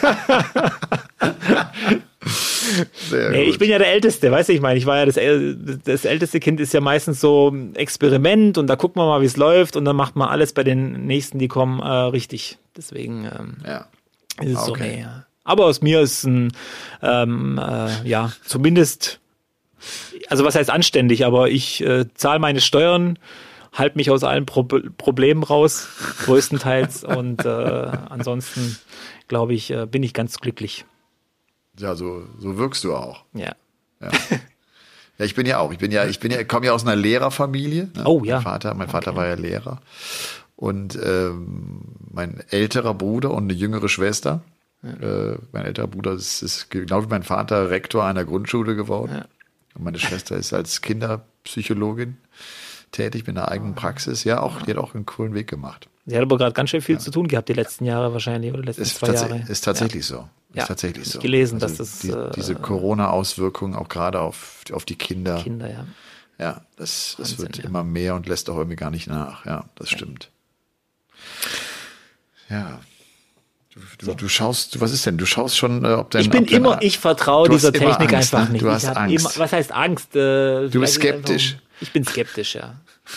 Sehr nee, ich bin ja der Älteste, weißt du, ich meine, ich war ja das, das älteste Kind ist ja meistens so ein Experiment und da guckt man mal, wie es läuft und dann macht man alles bei den Nächsten, die kommen, äh, richtig. Deswegen ähm, ja. ist es okay. so, nee, ja. Aber aus mir ist ein, ähm, äh, ja, zumindest, also was heißt anständig, aber ich äh, zahle meine Steuern, halte mich aus allen Pro- Problemen raus, größtenteils und äh, ansonsten, glaube ich, äh, bin ich ganz glücklich. Ja, so, so wirkst du auch. Ja. Ja. Ja, ich bin ja auch. Ich bin ja, ich bin ja, komme ja aus einer Lehrerfamilie. Ne? Oh ja. Mein Vater, mein Vater okay. war ja Lehrer. Und ähm, mein älterer Bruder und eine jüngere Schwester. Ja. Äh, mein älterer Bruder ist, ist genau wie mein Vater Rektor einer Grundschule geworden. Ja. Und meine Schwester ist als Kinderpsychologin tätig mit einer eigenen Praxis. Ja, auch, die hat auch einen coolen Weg gemacht. Sie hat aber gerade ganz schön viel ja. zu tun gehabt die letzten Jahre wahrscheinlich oder letzten ist zwei Jahre. Ist tatsächlich ja. so. Ist ja. tatsächlich so. Ich gelesen, also dass das die, äh, diese Corona-Auswirkungen auch gerade auf auf die Kinder. Kinder, ja. Ja, das, das Wahnsinn, wird ja. immer mehr und lässt auch irgendwie gar nicht nach. Ja, das ja. stimmt. Ja. Du, du, so. du schaust, was ist denn? Du schaust schon, äh, ob dein. Ich bin dein, immer, ich vertraue dieser Technik Angst, einfach ne? nicht. Du hast ich Angst. Immer, was heißt Angst? Äh, du bist skeptisch. Einfach, ich bin skeptisch, ja.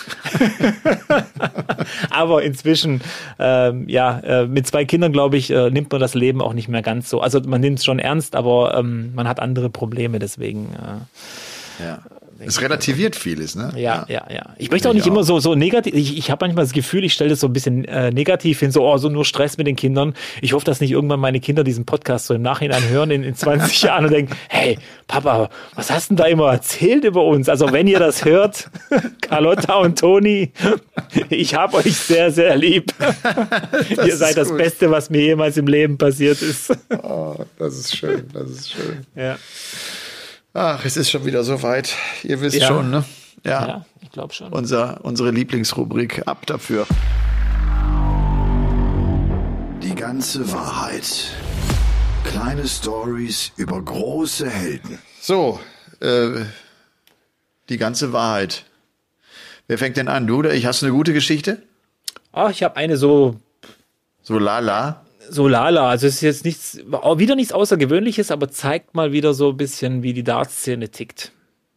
Aber inzwischen, ähm, ja, äh, mit zwei Kindern, glaube ich, äh, nimmt man das Leben auch nicht mehr ganz so. Also man nimmt es schon ernst, aber ähm, man hat andere Probleme, deswegen. Äh, ja. Es relativiert vieles, ne? Ja, ja, ja. Ich möchte auch nicht immer so, so negativ, ich, ich habe manchmal das Gefühl, ich stelle das so ein bisschen äh, negativ hin, so, oh, so nur Stress mit den Kindern. Ich hoffe, dass nicht irgendwann meine Kinder diesen Podcast so im Nachhinein hören in, in zwanzig Jahren und denken, hey, Papa, was hast denn da immer erzählt über uns? Also wenn ihr das hört, Carlotta und Toni, ich habe euch sehr, sehr lieb. Ihr seid das gut. Beste, was mir jemals im Leben passiert ist. Oh, das ist schön, das ist schön. Ja. Ach, es ist schon wieder soweit. Ihr wisst ja. schon, ne? Ja, ja ich glaube schon. Unser, unsere Lieblingsrubrik, ab dafür. Die ganze Wahrheit. Kleine Stories über große Helden. So, äh, die ganze Wahrheit. Wer fängt denn an? Du oder ich? Hast du eine gute Geschichte? Ach, ich habe eine so... So lala? So lala, also es ist jetzt nichts, wieder nichts Außergewöhnliches, aber zeigt mal wieder so ein bisschen, wie die Dartszene tickt.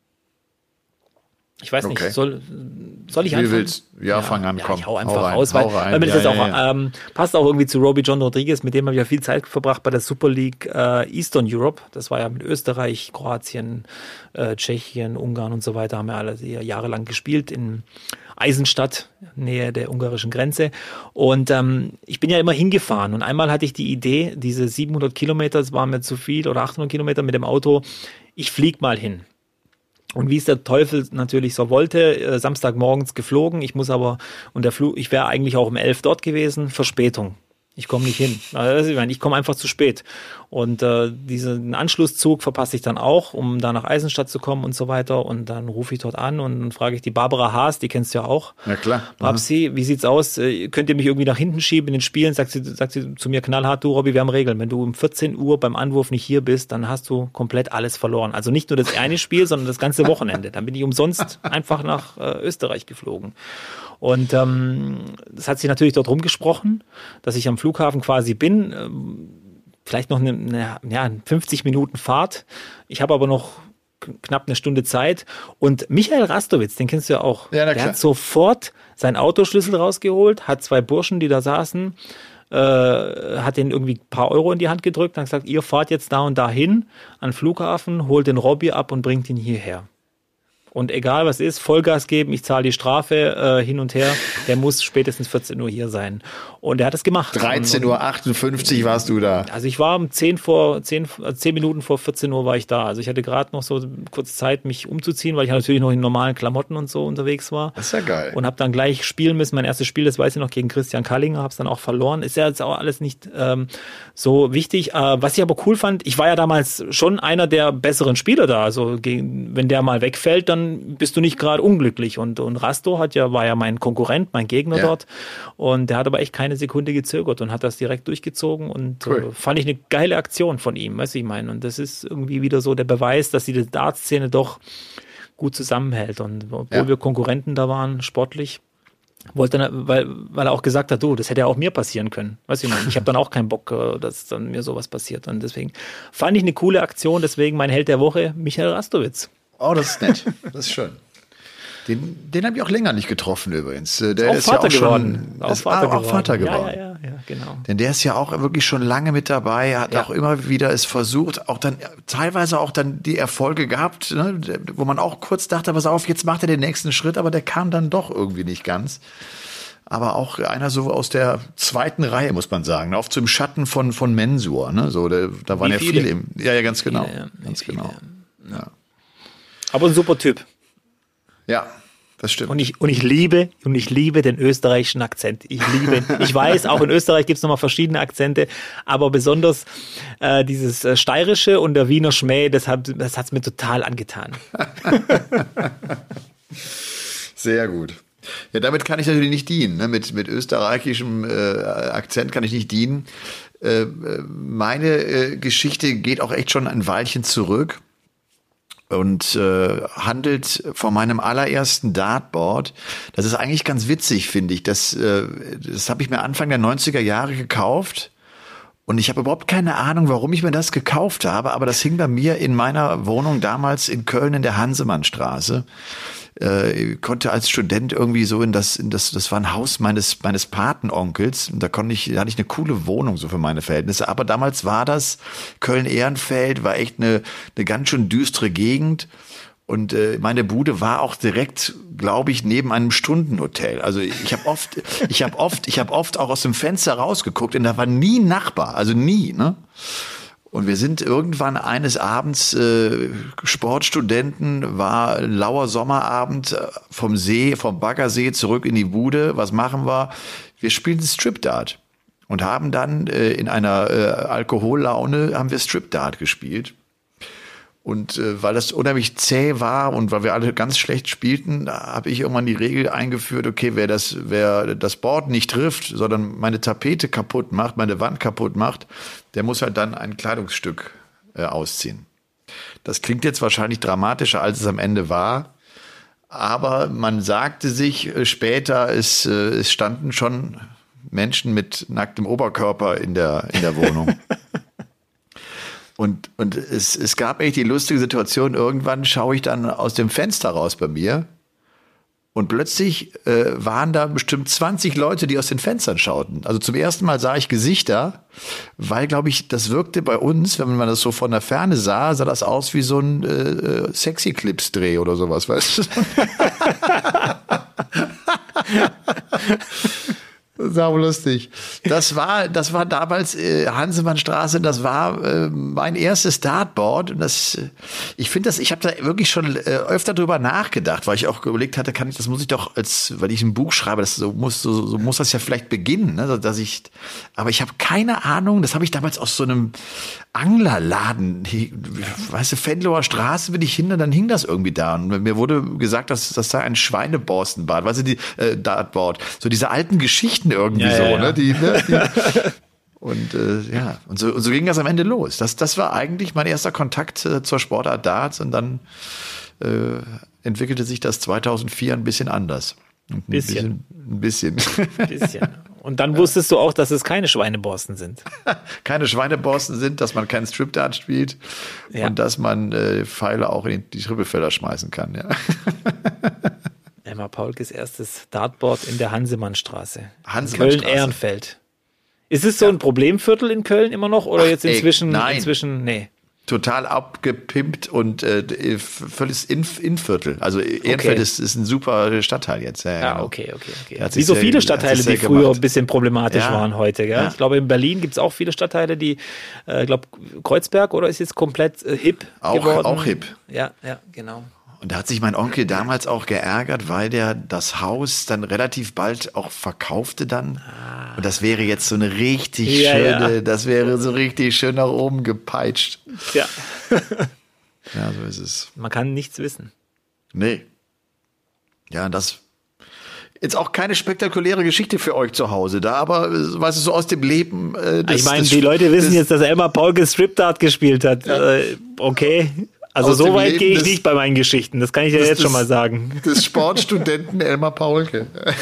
Ich weiß nicht, okay. soll, soll ich wie anfangen? Willst. Ja, ja, fang an, ja, komm. Ich hau einfach hau rein, raus, weil, rein. weil mir das ja, jetzt ja, auch ja. Ähm, passt auch irgendwie zu Robbie John Rodriguez, mit dem habe ich ja viel Zeit verbracht bei der Super League äh, Eastern Europe. Das war ja mit Österreich, Kroatien, äh, Tschechien, Ungarn und so weiter, haben wir alle jahrelang gespielt in Eisenstadt, Nähe der ungarischen Grenze. Und ähm, ich bin ja immer hingefahren. Und einmal hatte ich die Idee, diese siebenhundert Kilometer, das waren mir zu viel, oder achthundert Kilometer mit dem Auto, ich flieg mal hin. Und wie es der Teufel natürlich so wollte, äh, Samstagmorgens geflogen. Ich muss aber, und der Flug, ich wäre eigentlich auch um elf dort gewesen, Verspätung. Ich komme nicht hin. Also, ich meine, ich komme einfach zu spät. Und äh, diesen Anschlusszug verpasse ich dann auch, um da nach Eisenstadt zu kommen und so weiter. Und dann rufe ich dort an und dann frage ich die Barbara Haas, die kennst du ja auch. Ja, klar. Babsi, wie sieht's aus? Könnt ihr mich irgendwie nach hinten schieben in den Spielen? Sagt sie, sagt sie zu mir knallhart, du Robby, wir haben Regeln. Wenn du um vierzehn Uhr beim Anwurf nicht hier bist, dann hast du komplett alles verloren. Also nicht nur das eine Spiel, sondern das ganze Wochenende. Dann bin ich umsonst einfach nach äh, Österreich geflogen. Und ähm, das hat sich natürlich dort rumgesprochen, dass ich am Flughafen quasi bin. Ähm, vielleicht noch eine, eine ja, fünfzig Minuten Fahrt. Ich habe aber noch knapp eine Stunde Zeit. Und Michael Rastowitz, den kennst du ja auch, ja, der hat sofort seinen Autoschlüssel rausgeholt, hat zwei Burschen, die da saßen, äh, hat denen irgendwie ein paar Euro in die Hand gedrückt und hat gesagt, ihr fahrt jetzt da und da hin an den Flughafen, holt den Robby ab und bringt ihn hierher. Und egal was ist, Vollgas geben, ich zahle die Strafe äh, hin und her, der muss spätestens vierzehn Uhr hier sein. Und er hat es gemacht. dreizehn Uhr achtundfünfzig warst du da. Also ich war um zehn vor, zehn, zehn Minuten vor vierzehn Uhr war ich da. Also ich hatte gerade noch so kurz Zeit, mich umzuziehen, weil ich natürlich noch in normalen Klamotten und so unterwegs war. Das ist ja geil. Und habe dann gleich spielen müssen. Mein erstes Spiel, das weiß ich noch, gegen Christian Kallinger, habe es dann auch verloren. Ist ja jetzt auch alles nicht ähm, so wichtig. Äh, was ich aber cool fand, ich war ja damals schon einer der besseren Spieler da. Also gegen, wenn der mal wegfällt, dann bist du nicht gerade unglücklich. Und, und Rasto hat ja, war ja mein Konkurrent, mein Gegner ja. dort. Und der hat aber echt keine Sekunde gezögert und hat das direkt durchgezogen. Und cool. äh, fand ich eine geile Aktion von ihm, weißt du, ich meine. Und das ist irgendwie wieder so der Beweis, dass die Dartszene doch gut zusammenhält. Und obwohl ja. wir Konkurrenten da waren, sportlich, wollte dann, weil, weil er auch gesagt hat, du, das hätte ja auch mir passieren können. Weißt du, ich meine, ich habe dann auch keinen Bock, dass dann mir sowas passiert. Und deswegen fand ich eine coole Aktion. Deswegen mein Held der Woche, Michael Rastowitz. Oh, das ist nett. Das ist schön. Den, den habe ich auch länger nicht getroffen übrigens. Der auch ist Vater ja auch geworden. schon auch ist, Vater, ah, geworden. Auch Vater geworden. Ja, ja, ja, genau. Denn der ist ja auch wirklich schon lange mit dabei. Er hat ja. auch immer wieder es versucht, auch dann teilweise auch dann die Erfolge gehabt, ne, wo man auch kurz dachte, pass auf, jetzt macht er den nächsten Schritt, aber der kam dann doch irgendwie nicht ganz. Aber auch einer so aus der zweiten Reihe, muss man sagen, auf zum Schatten von von Mensur. Ne, so, da, da waren ja viele. viele im, ja, ja, ganz genau, viele, ja. ganz viele. genau. Ja. Aber ein super Typ. Ja, das stimmt. Und ich, und ich liebe, und ich liebe den österreichischen Akzent. Ich liebe, ich weiß, auch in Österreich gibt es nochmal verschiedene Akzente, aber besonders äh, dieses äh, Steirische und der Wiener Schmäh, das hat das hat's mir total angetan. Sehr gut. Ja, damit kann ich natürlich nicht dienen. Ne? Mit, mit österreichischem äh, Akzent kann ich nicht dienen. Äh, meine äh, Geschichte geht auch echt schon ein Weilchen zurück. Und äh, handelt von meinem allerersten Dartboard. Das ist eigentlich ganz witzig, finde ich. Das, äh, das habe ich mir Anfang der neunziger Jahre gekauft. Und ich habe überhaupt keine Ahnung, warum ich mir das gekauft habe. Aber das hing bei mir in meiner Wohnung damals in Köln in der Hansemannstraße. Äh, konnte als Student irgendwie so in das, in das, das war ein Haus meines, meines Patenonkels. Und da konnte ich, da hatte ich eine coole Wohnung so für meine Verhältnisse. Aber damals war das Köln-Ehrenfeld, war echt eine, eine ganz schön düstere Gegend. Und äh, meine Bude war auch direkt, glaube ich, neben einem Stundenhotel. Also ich habe oft, ich habe oft, ich habe oft auch aus dem Fenster rausgeguckt und da war nie ein Nachbar, also nie, ne? Und wir sind irgendwann eines Abends, äh, Sportstudenten, war lauer Sommerabend äh, vom See, vom Baggersee zurück in die Bude. Was machen wir? Wir spielen Strip-Dart und haben dann äh, in einer äh, Alkohollaune haben wir Strip-Dart gespielt. Und äh, weil das unheimlich zäh war und weil wir alle ganz schlecht spielten, habe ich irgendwann die Regel eingeführt, okay, wer das, wer das Board nicht trifft, sondern meine Tapete kaputt macht, meine Wand kaputt macht, der muss halt dann ein Kleidungsstück äh, ausziehen. Das klingt jetzt wahrscheinlich dramatischer, als es am Ende war. Aber man sagte sich äh, später, es, äh, es standen schon Menschen mit nacktem Oberkörper in der, in der Wohnung. Und, und es, es gab echt die lustige Situation, irgendwann schaue ich dann aus dem Fenster raus bei mir und plötzlich äh, waren da bestimmt zwanzig Leute, die aus den Fenstern schauten. Also zum ersten Mal sah ich Gesichter, weil, glaube ich, das wirkte bei uns, wenn man das so von der Ferne sah, sah das aus wie so ein äh, Sexy-Clips-Dreh oder sowas, weißt du? saulustig. Das war, das war damals äh, Hansemannstraße, das war äh, mein erstes Dartboard. Und das, äh, ich finde das, ich habe da wirklich schon äh, öfter drüber nachgedacht, weil ich auch überlegt hatte, kann ich, das muss ich doch als, weil ich ein Buch schreibe, das so muss, so, so muss das ja vielleicht beginnen, ne, dass ich, aber ich habe keine Ahnung, das habe ich damals aus so einem Anglerladen, die, weißt du, Venloer Straße bin ich hin und dann hing das irgendwie da. Und mir wurde gesagt, dass das sei ein Schweineborstenbad, weißt du, die äh, Dartboard. So diese alten Geschichten irgendwie ja, so, ja, ja. ne? Die, ne die, und äh, ja, und so, und so ging das am Ende los. Das, das war eigentlich mein erster Kontakt äh, zur Sportart Darts und dann äh, entwickelte sich das zweitausendvier ein bisschen anders. Ein bisschen. Ein bisschen. Ein bisschen. Und dann wusstest du auch, dass es keine Schweineborsten sind. Keine Schweineborsten sind, dass man keinen Strip-Dart spielt Ja. und dass man äh, Pfeile auch in die Trippelfelder schmeißen kann. Ja. Elmar Paulkes erstes Dartboard in der Hansemannstraße. Hansemannstraße. Köln-Ehrenfeld. Ist es so ein Problemviertel in Köln immer noch oder Ach, jetzt inzwischen? ey, nein. Inzwischen, nee. Total abgepimpt und äh, völlig Inf Innenviertel. Also Ehrenfeld Okay. ist, ist ein super Stadtteil jetzt. Ja, Ja, genau. okay, okay, okay. Der hat Wie sich so sehr- viele hat sich Stadtteile, sehr die früher gemacht. ein bisschen problematisch Ja. waren heute. Gell? Ja. Ich glaube, in Berlin gibt es auch viele Stadtteile, die, äh, ich glaube, Kreuzberg oder ist jetzt komplett äh, hip Auch- geworden. auch hip. Ja, ja, genau. Und da hat sich mein Onkel damals auch geärgert, weil der das Haus dann relativ bald auch verkaufte dann. Und das wäre jetzt so eine richtig Ja, schöne, ja. das wäre so richtig schön nach oben gepeitscht. Ja. Ja, so ist es. Man kann nichts wissen. Nee. Ja, das jetzt auch keine spektakuläre Geschichte für euch zu Hause da, aber äh, weißt du, so aus dem Leben. Äh, des, Ich meine, des- die Leute wissen des, jetzt, dass Elmar Paulke Strip Dart gespielt hat. Äh, okay. Also Aus so dem weit Leben gehe ich des- nicht bei meinen Geschichten. Das kann ich dir des- jetzt schon des- mal sagen. des Sportstudenten Elmar Paulke.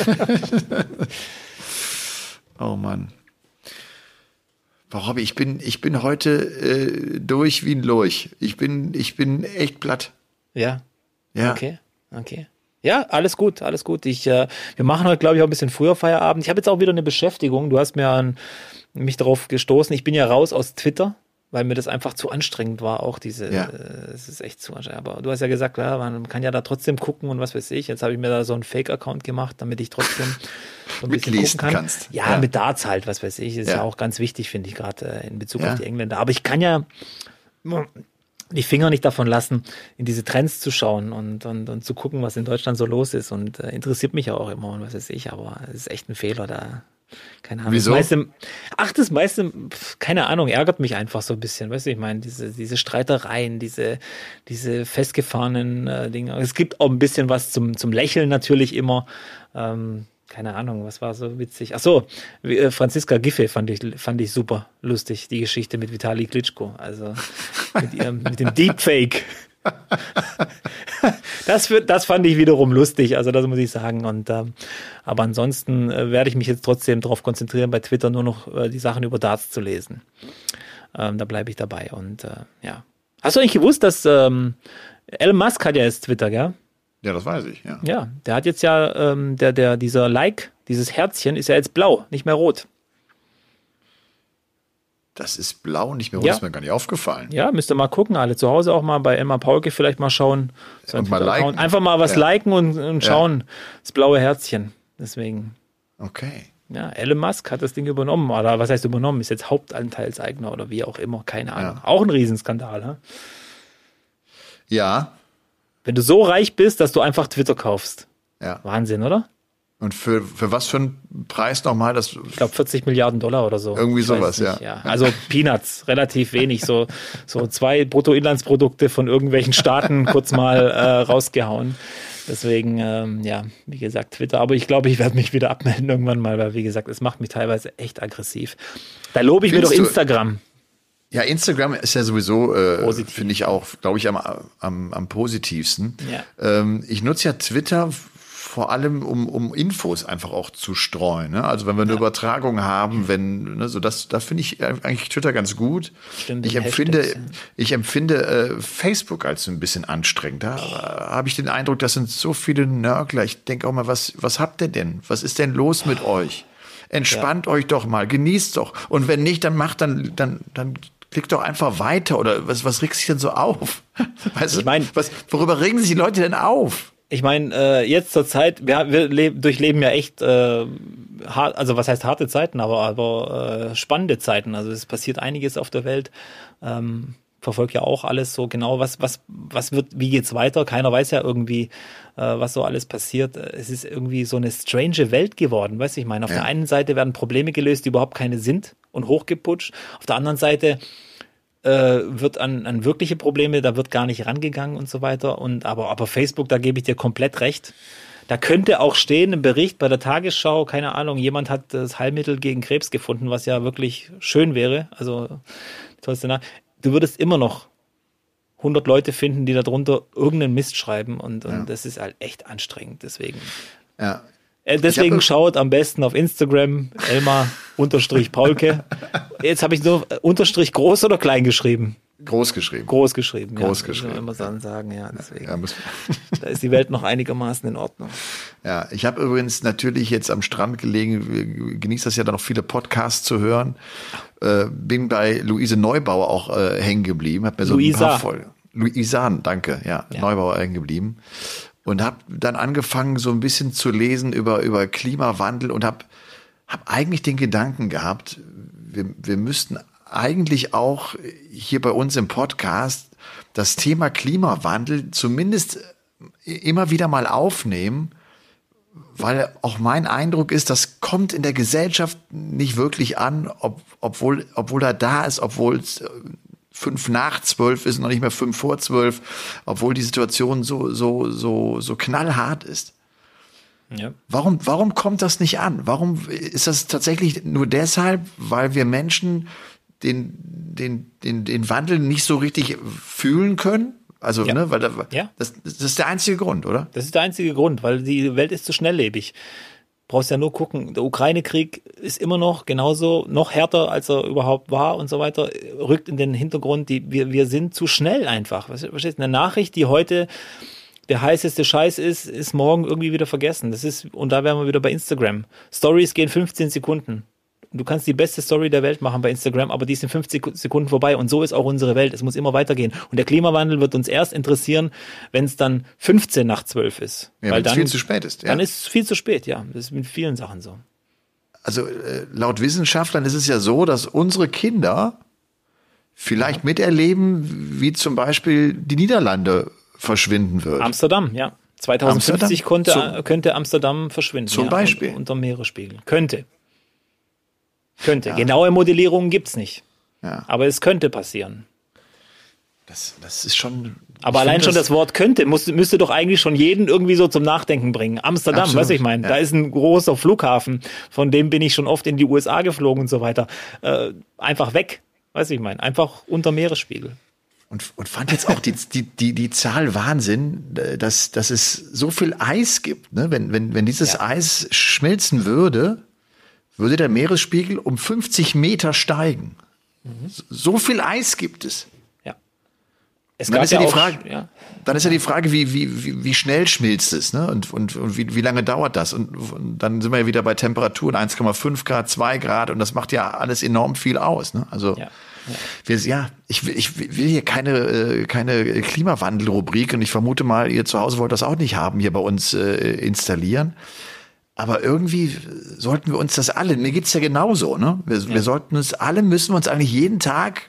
Oh Mann. Boah, Robby, ich bin, ich bin heute äh, durch wie ein Lurch. Ich bin, ich bin echt platt. Ja. Ja. Okay. Okay. Ja, alles gut, alles gut. Ich, äh, wir machen heute, glaube ich, auch ein bisschen früher Feierabend. Ich habe jetzt auch wieder eine Beschäftigung. Du hast mir an, mich darauf gestoßen. Ich bin ja raus aus Twitter, weil mir das einfach zu anstrengend war, auch diese, Ja. äh, es ist echt zu anstrengend. Aber du hast ja gesagt, ja, man kann ja da trotzdem gucken und was weiß ich. Jetzt habe ich mir da so einen Fake-Account gemacht, damit ich trotzdem so ein bisschen Mitlesen gucken kann. kannst. Ja, Ja. mit Darts halt, was weiß ich. Ist ja, Ja. auch ganz wichtig, finde ich, gerade äh, in Bezug Ja. auf die Engländer. Aber ich kann ja die Finger nicht davon lassen, in diese Trends zu schauen und, und, und zu gucken, was in Deutschland so los ist. Und äh, interessiert mich ja auch immer und was weiß ich, aber es ist echt ein Fehler da. Keine Ahnung. Wieso? Das meiste, ach, das meiste, pf, keine Ahnung, ärgert mich einfach so ein bisschen. Weißt du, ich meine, diese, diese Streitereien, diese, diese festgefahrenen äh, Dinge. Es gibt auch ein bisschen was zum, zum Lächeln natürlich immer. Ähm, keine Ahnung, was war so witzig? Ach so, wie, äh, Franziska Giffey fand ich, fand ich super lustig, die Geschichte mit Vitali Klitschko. Also mit, ihrem, mit dem Deepfake. Das, wird, das fand ich wiederum lustig, also das muss ich sagen. Und ähm, aber ansonsten äh, werde ich mich jetzt trotzdem darauf konzentrieren, bei Twitter nur noch äh, die Sachen über Darts zu lesen. Ähm, da bleibe ich dabei. Und äh, ja. Hast du eigentlich gewusst, dass ähm, Elon Musk hat ja jetzt Twitter, gell? Ja, das weiß ich, ja. Ja, der hat jetzt ja, ähm, der, der, dieser Like, dieses Herzchen ist ja jetzt blau, nicht mehr rot. Das ist blau, nicht mehr rot, Ja. ist mir gar nicht aufgefallen. Ja, müsst ihr mal gucken, alle zu Hause auch mal bei Elmar Paulke vielleicht mal schauen. So Und mal liken. Einfach mal was Ja. liken und, und Ja. schauen. Das blaue Herzchen. Deswegen, Okay. ja, Elon Musk hat das Ding übernommen. Oder was heißt übernommen? Ist jetzt Hauptanteilseigner oder wie auch immer. Keine Ahnung. Ja. Auch ein Riesenskandal. Ne? Ja, Wenn du so reich bist, dass du einfach Twitter kaufst. ja. Wahnsinn, oder? Und für, für was für einen Preis nochmal? Das, Ich glaube vierzig Milliarden Dollar oder so. Irgendwie Ich weiß sowas, nicht, ja. Also Peanuts, relativ wenig. So, so zwei Bruttoinlandsprodukte von irgendwelchen Staaten kurz mal äh, rausgehauen. Deswegen, ähm, ja, wie gesagt, Twitter. Aber ich glaube, ich werde mich wieder abmelden irgendwann mal, weil, wie gesagt, es macht mich teilweise echt aggressiv. Da lobe ich mir doch Findest du- Instagram. Ja, Instagram ist ja sowieso, äh, Positiv. finde ich auch, glaube ich, am, am, am positivsten. Ja. Ähm, ich nutze ja Twitter vor allem, um, um Infos einfach auch zu streuen. Ne? Also wenn wir eine Übertragung haben, wenn, ne, so das, da finde ich eigentlich Twitter ganz gut. Stimmt, ich die empfinde, Hashtags, ja. ich empfinde äh, Facebook als ein bisschen anstrengend. Da äh, habe ich den Eindruck, das sind so viele Nörgler. Ich denke auch mal, was, was habt ihr denn? Was ist denn los mit euch? Entspannt euch doch mal, genießt doch. Und wenn nicht, dann macht dann, dann, dann klickt doch einfach weiter. Oder was, was regt sich denn so auf? Weißt du, Ich mein- was, worüber regen sich die Leute denn auf? Ich meine, äh, jetzt zur Zeit, wir, wir leb, durchleben ja echt äh, hart, also was heißt harte Zeiten, aber, aber äh, spannende Zeiten. Also es passiert einiges auf der Welt. Ähm, verfolge ja auch alles so genau, was, was, was wird, wie geht's weiter? Keiner weiß ja irgendwie, äh, was so alles passiert. Es ist irgendwie so eine strange Welt geworden, weißt du, ich meine, auf ja. der einen Seite werden Probleme gelöst, die überhaupt keine sind und hochgeputscht. Auf der anderen Seite äh, wird an, an wirkliche Probleme, da wird gar nicht rangegangen und so weiter. Und aber, aber Facebook, da gebe ich dir komplett recht. Da könnte auch stehen im Bericht bei der Tagesschau, keine Ahnung, jemand hat das Heilmittel gegen Krebs gefunden, was ja wirklich schön wäre. Also tollste Nach- Du würdest immer noch hundert Leute finden, die darunter irgendeinen Mist schreiben und, und ja. das ist halt echt anstrengend. Deswegen, ja. äh, deswegen schaut am besten auf Instagram Elmar unterstrich Paulke. Jetzt habe ich nur äh, Unterstrich groß oder klein geschrieben? Groß geschrieben. Groß geschrieben, Groß ja. geschrieben. Ich immer so sagen, ja, deswegen. Ja, muss da ist die Welt noch einigermaßen in Ordnung. Ja, ich habe übrigens natürlich jetzt am Strand gelegen, genieße das ja dann noch viele Podcasts zu hören, äh, bin bei Luise Neubauer auch äh, hängen geblieben, habe mir so Luisa. ein paar Folgen, Luisan, danke, ja, ja. Neubauer hängen geblieben und habe dann angefangen so ein bisschen zu lesen über über Klimawandel und habe hab eigentlich den Gedanken gehabt, wir, wir müssten eigentlich auch hier bei uns im Podcast das Thema Klimawandel zumindest immer wieder mal aufnehmen, weil auch mein Eindruck ist, das kommt in der Gesellschaft nicht wirklich an, ob, obwohl, obwohl er da ist, obwohl es fünf nach zwölf ist, noch nicht mehr fünf vor zwölf, obwohl die Situation so, so, so, so knallhart ist. Ja. Warum, warum kommt das nicht an? Warum ist das tatsächlich nur deshalb, weil wir Menschen den, den, den, den Wandel nicht so richtig fühlen können? Also, ja. ne, weil da, ja. das, das ist der einzige Grund, oder? Das ist der einzige Grund, weil die Welt ist zu schnelllebig. Brauchst ja nur gucken, der Ukraine-Krieg ist immer noch genauso, noch härter, als er überhaupt war und so weiter, rückt in den Hintergrund, die, wir, wir sind zu schnell einfach. Verstehst du? Eine Nachricht, die heute der heißeste Scheiß ist, ist morgen irgendwie wieder vergessen. Das ist, und da wären wir wieder bei Instagram. Stories gehen fünfzehn Sekunden. Du kannst die beste Story der Welt machen bei Instagram, aber die sind fünfzehn Sekunden vorbei und so ist auch unsere Welt. Es muss immer weitergehen. Und der Klimawandel wird uns erst interessieren, wenn es dann fünfzehn nach zwölf ist. Ja, weil es viel zu spät ist. Ja. Dann ist es viel zu spät, ja. Das ist mit vielen Sachen so. Also äh, laut Wissenschaftlern ist es ja so, dass unsere Kinder vielleicht ja. miterleben, wie zum Beispiel die Niederlande verschwinden wird. Amsterdam, ja. zweitausendfünfzig Amsterdam? Konnte, zum, könnte Amsterdam verschwinden. Zum ja, Beispiel. Unter Meeresspiegel. Könnte. Könnte. Ja. Genaue Modellierungen gibt's nicht. Ja. Aber es könnte passieren. Das, das ist schon. Aber allein schon das, das Wort könnte muss, müsste doch eigentlich schon jeden irgendwie so zum Nachdenken bringen. Amsterdam, absolut. Weißt du, ich meine, ja. da ist ein großer Flughafen, von dem bin ich schon oft in die U S A geflogen und so weiter. Äh, einfach weg, weißt du, ich meine, einfach unter Meeresspiegel. Und, und fand jetzt auch die, die, die, die Zahl Wahnsinn, dass, dass es so viel Eis gibt. Ne? Wenn, wenn, wenn dieses ja. Eis schmelzen würde, würde der Meeresspiegel um fünfzig Meter steigen. Mhm. So viel Eis gibt es. Ja. Es dann, ist ja, ja die auch, Frage, ja. dann ist ja die Frage, wie, wie, wie schnell schmilzt es, ne? Und, und, und wie, wie lange dauert das? Und, und dann sind wir ja wieder bei Temperaturen eins Komma fünf Grad, zwei Grad und das macht ja alles enorm viel aus. Ne? Also ja. Ja. Wir, ja, ich, ich will hier keine, keine Klimawandel-Rubrik und ich vermute mal, ihr zu Hause wollt das auch nicht haben, hier bei uns äh, installieren. Aber irgendwie sollten wir uns das alle, mir geht's ja genauso, ne? Wir, ja. wir sollten uns alle, müssen wir uns eigentlich jeden Tag,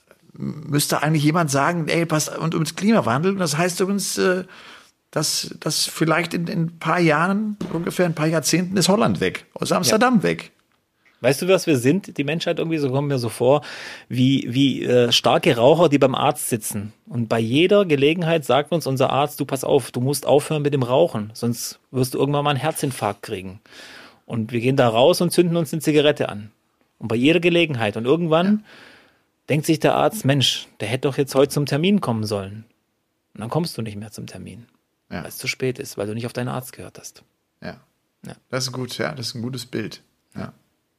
müsste eigentlich jemand sagen, ey, passt und ums Klimawandel. Und das heißt übrigens, äh, dass, dass vielleicht in, in ein paar Jahren, ungefähr ein paar Jahrzehnten ist Holland weg, aus Amsterdam ja. weg. Weißt du, was wir sind? Die Menschheit irgendwie, so kommen mir so vor, wie, wie äh, starke Raucher, die beim Arzt sitzen. Und bei jeder Gelegenheit sagt uns unser Arzt, du pass auf, du musst aufhören mit dem Rauchen, sonst wirst du irgendwann mal einen Herzinfarkt kriegen. Und wir gehen da raus und zünden uns eine Zigarette an. Und bei jeder Gelegenheit. Und irgendwann ja. denkt sich der Arzt, Mensch, der hätte doch jetzt heute zum Termin kommen sollen. Und dann kommst du nicht mehr zum Termin, ja. weil es zu spät ist, weil du nicht auf deinen Arzt gehört hast. Ja, ja. Das ist gut, ja, das ist ein gutes Bild. Ja.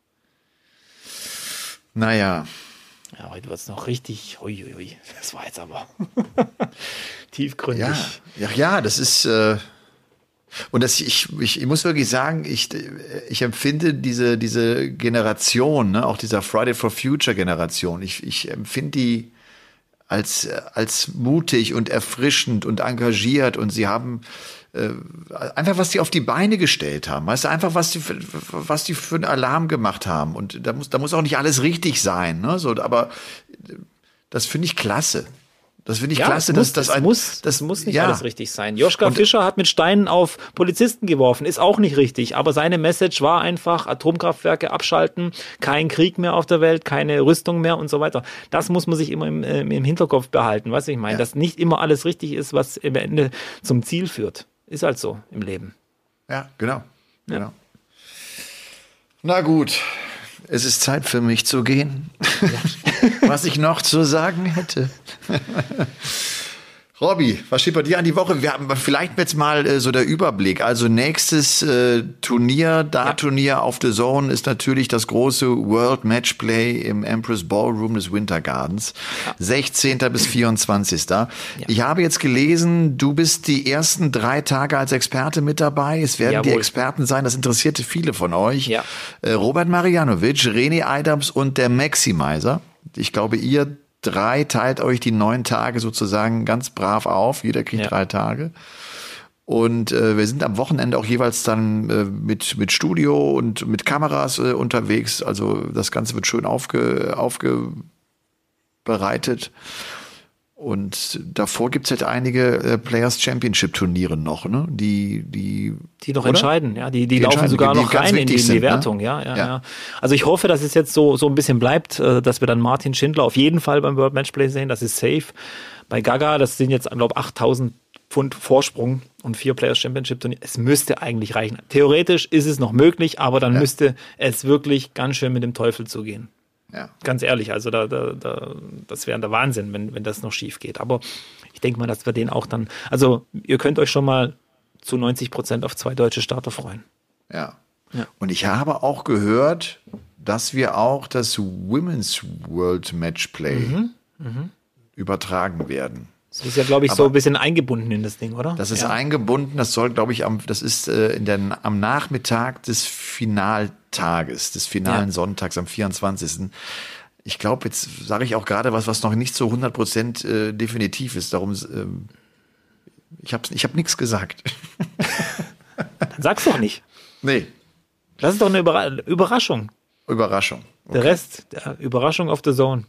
Naja. Ja, heute wird es noch richtig, hui, hui, hui. Das war jetzt aber tiefgründig. Ja, ja, ja, das ist, äh, und das, ich, ich, ich muss wirklich sagen, ich, ich empfinde diese, diese Generation, ne, auch dieser Friday for Future Generation, ich, ich empfinde die als, als mutig und erfrischend und engagiert und sie haben äh, einfach was die auf die Beine gestellt haben, weißt du, einfach was die, was die für einen Alarm gemacht haben. Und da muss, da muss auch nicht alles richtig sein, ne? So, aber das finde ich klasse. Das finde ich ja, klasse, muss, dass das ein, muss, das muss nicht ja. alles richtig sein. Joschka Und, Fischer hat mit Steinen auf Polizisten geworfen, ist auch nicht richtig. Aber seine Message war einfach: Atomkraftwerke abschalten, kein Krieg mehr auf der Welt, keine Rüstung mehr und so weiter. Das muss man sich immer im, äh, im Hinterkopf behalten, weißt du, ich meine, ja. dass nicht immer alles richtig ist, was am Ende zum Ziel führt. Ist halt so im Leben. Ja, genau. Ja. genau. Na gut. Es ist Zeit für mich zu gehen. Ja. Was ich noch zu sagen hätte. Robby, was steht bei dir an die Woche? Wir haben vielleicht jetzt mal äh, so der Überblick. Also nächstes äh, Turnier, Dart-Turnier ja. auf The Zone ist natürlich das große World Matchplay im Empress Ballroom des Winter Gardens. Ja. sechzehnten bis vierundzwanzigsten Ja. Ich habe jetzt gelesen, du bist die ersten drei Tage als Experte mit dabei. Es werden Jawohl. die Experten sein, das interessierte viele von euch. Ja. Äh, Robert Marjanovic, René Adams und der Maximizer. Ich glaube, ihr drei teilt euch die neun Tage sozusagen ganz brav auf. Jeder kriegt ja. drei Tage. Und äh, wir sind am Wochenende auch jeweils dann äh, mit mit Studio und mit Kameras äh, unterwegs. Also das Ganze wird schön aufge, aufbereitet. Und davor gibt's halt einige äh, Players Championship Turniere noch, ne? Die, die, die noch oder? entscheiden, ja. Die, die, die laufen sogar die, die noch rein in die, in die sind, Wertung, ne? ja, ja, ja, ja. Also ich hoffe, dass es jetzt so, so ein bisschen bleibt, äh, dass wir dann Martin Schindler auf jeden Fall beim World Matchplay sehen. Das ist safe. Bei Gaga, das sind jetzt, glaube ich, achttausend Pfund Vorsprung und vier Players Championship Turniere. Es müsste eigentlich reichen. Theoretisch ist es noch möglich, aber dann ja. müsste es wirklich ganz schön mit dem Teufel zugehen. Ja. Ganz ehrlich, also da, da, da, das wäre der Wahnsinn, wenn, wenn das noch schief geht. Aber ich denke mal, dass wir den auch dann, also ihr könnt euch schon mal zu neunzig Prozent auf zwei deutsche Starter freuen. Ja. ja. Und ich habe auch gehört, dass wir auch das Women's World Matchplay mhm. Mhm. übertragen werden. Das ist ja, glaube ich, Aber so ein bisschen eingebunden in das Ding, oder? Das ist ja. eingebunden, das soll, glaube ich, am, das ist äh, in den, am Nachmittag des Finaltages, des finalen ja. Sonntags, am vierundzwanzigsten Ich glaube, jetzt sage ich auch gerade was, was noch nicht so hundert Prozent äh, definitiv ist. Darum, ähm, ich habe ich hab nichts gesagt. Dann sag's doch nicht. Nee. Das ist doch eine Überra- Überraschung. Überraschung. Okay. Der Rest, der Überraschung auf The Zone.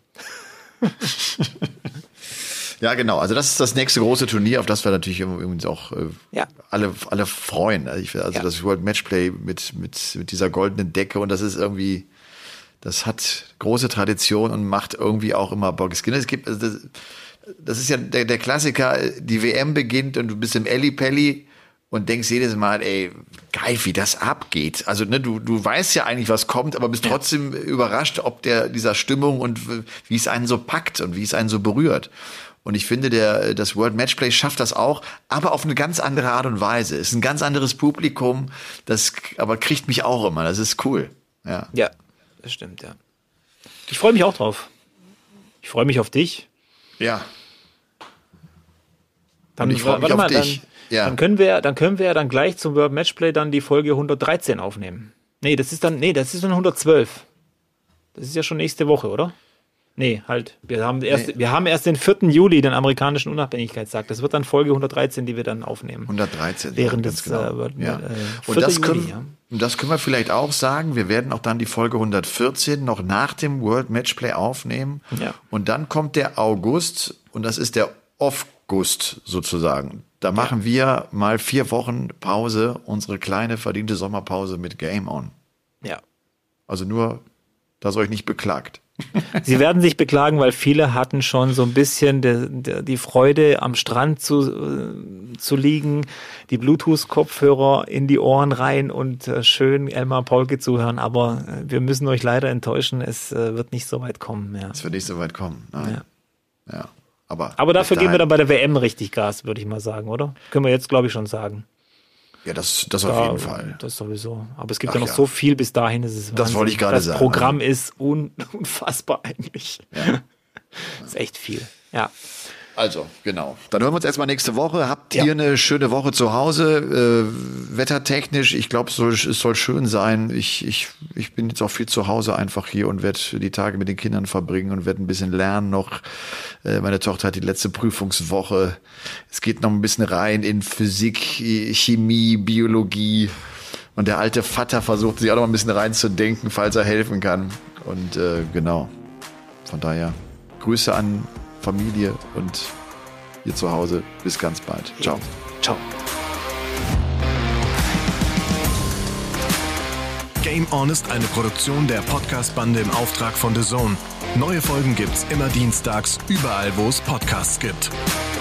Ja, genau. Also das ist das nächste große Turnier, auf das wir natürlich übrigens auch äh, ja. alle alle freuen. Also, ich, also ja. das World Matchplay mit mit mit dieser goldenen Decke, und das ist irgendwie, das hat große Tradition und macht irgendwie auch immer Bock. Es gibt, also das, das ist ja der, der Klassiker, die W M beginnt und du bist im Ellipelli und denkst jedes Mal, ey, geil, wie das abgeht. Also ne, du du weißt ja eigentlich, was kommt, aber bist trotzdem ja. überrascht, ob der dieser Stimmung und wie es einen so packt und wie es einen so berührt. Und ich finde, der, das World Matchplay schafft das auch, aber auf eine ganz andere Art und Weise. Es ist ein ganz anderes Publikum, das aber kriegt mich auch immer. Das ist cool. Ja, ja, das stimmt, ja. Ich freue mich auch drauf. Ich freue mich auf dich. Ja. Dann, und ich freue mich auf mal, dich. Dann, ja. dann können wir, dann können wir ja dann gleich zum World Matchplay dann die Folge hundertdreizehn aufnehmen. Nee, das ist dann, nee, das ist dann hundertzwölf. Das ist ja schon nächste Woche, oder? Nee, halt. Wir haben erst, nee. wir haben erst den vierten Juli, den amerikanischen Unabhängigkeitstag. Das wird dann Folge hundertdreizehn, die wir dann aufnehmen. hundertdreizehn Während des genau. äh, ja. äh, und das können, Juli, ja. Und das können wir vielleicht auch sagen. Wir werden auch dann die Folge hundertvierzehn noch nach dem World Matchplay aufnehmen. Ja. Und dann kommt der August, und das ist der Off-Gust sozusagen. Da machen ja. wir mal vier Wochen Pause, unsere kleine verdiente Sommerpause mit Game On. Ja. Also nur, dass euch nicht beklagt. Sie werden sich beklagen, weil viele hatten schon so ein bisschen de, de, die Freude, am Strand zu, äh, zu liegen, die Bluetooth-Kopfhörer in die Ohren rein und äh, schön Elmar Paulke zuhören. Aber äh, wir müssen euch leider enttäuschen, es äh, wird nicht so weit kommen. Ja. Es wird nicht so weit kommen, nein. Ja. ja. Aber, Aber dafür geben wir dann bei der W M richtig Gas, würde ich mal sagen, oder? Können wir jetzt, glaube ich, schon sagen. Ja, das, das da, auf jeden Fall. Das sowieso. Aber es gibt Ach ja noch ja. so viel bis dahin. Das, ist das wollte ich gerade sagen. Das Programm ist un, unfassbar eigentlich. Ja. Das ist echt viel. Ja. Also, genau. Dann hören wir uns erstmal nächste Woche. Habt Ja. ihr eine schöne Woche zu Hause? Äh, wettertechnisch, ich glaube, es soll, es soll schön sein. Ich, ich, ich bin jetzt auch viel zu Hause einfach hier und werde die Tage mit den Kindern verbringen und werde ein bisschen lernen noch. Äh, meine Tochter hat die letzte Prüfungswoche. Es geht noch ein bisschen rein in Physik, Chemie, Biologie. Und der alte Vater versucht, sich auch noch ein bisschen reinzudenken, falls er helfen kann. Und äh, genau, von daher Grüße an Familie und ihr zu Hause. Bis ganz bald. Ciao. Ciao. Game On ist eine Produktion der Podcast-Bande im Auftrag von The Zone. Neue Folgen gibt's immer dienstags, überall wo es Podcasts gibt.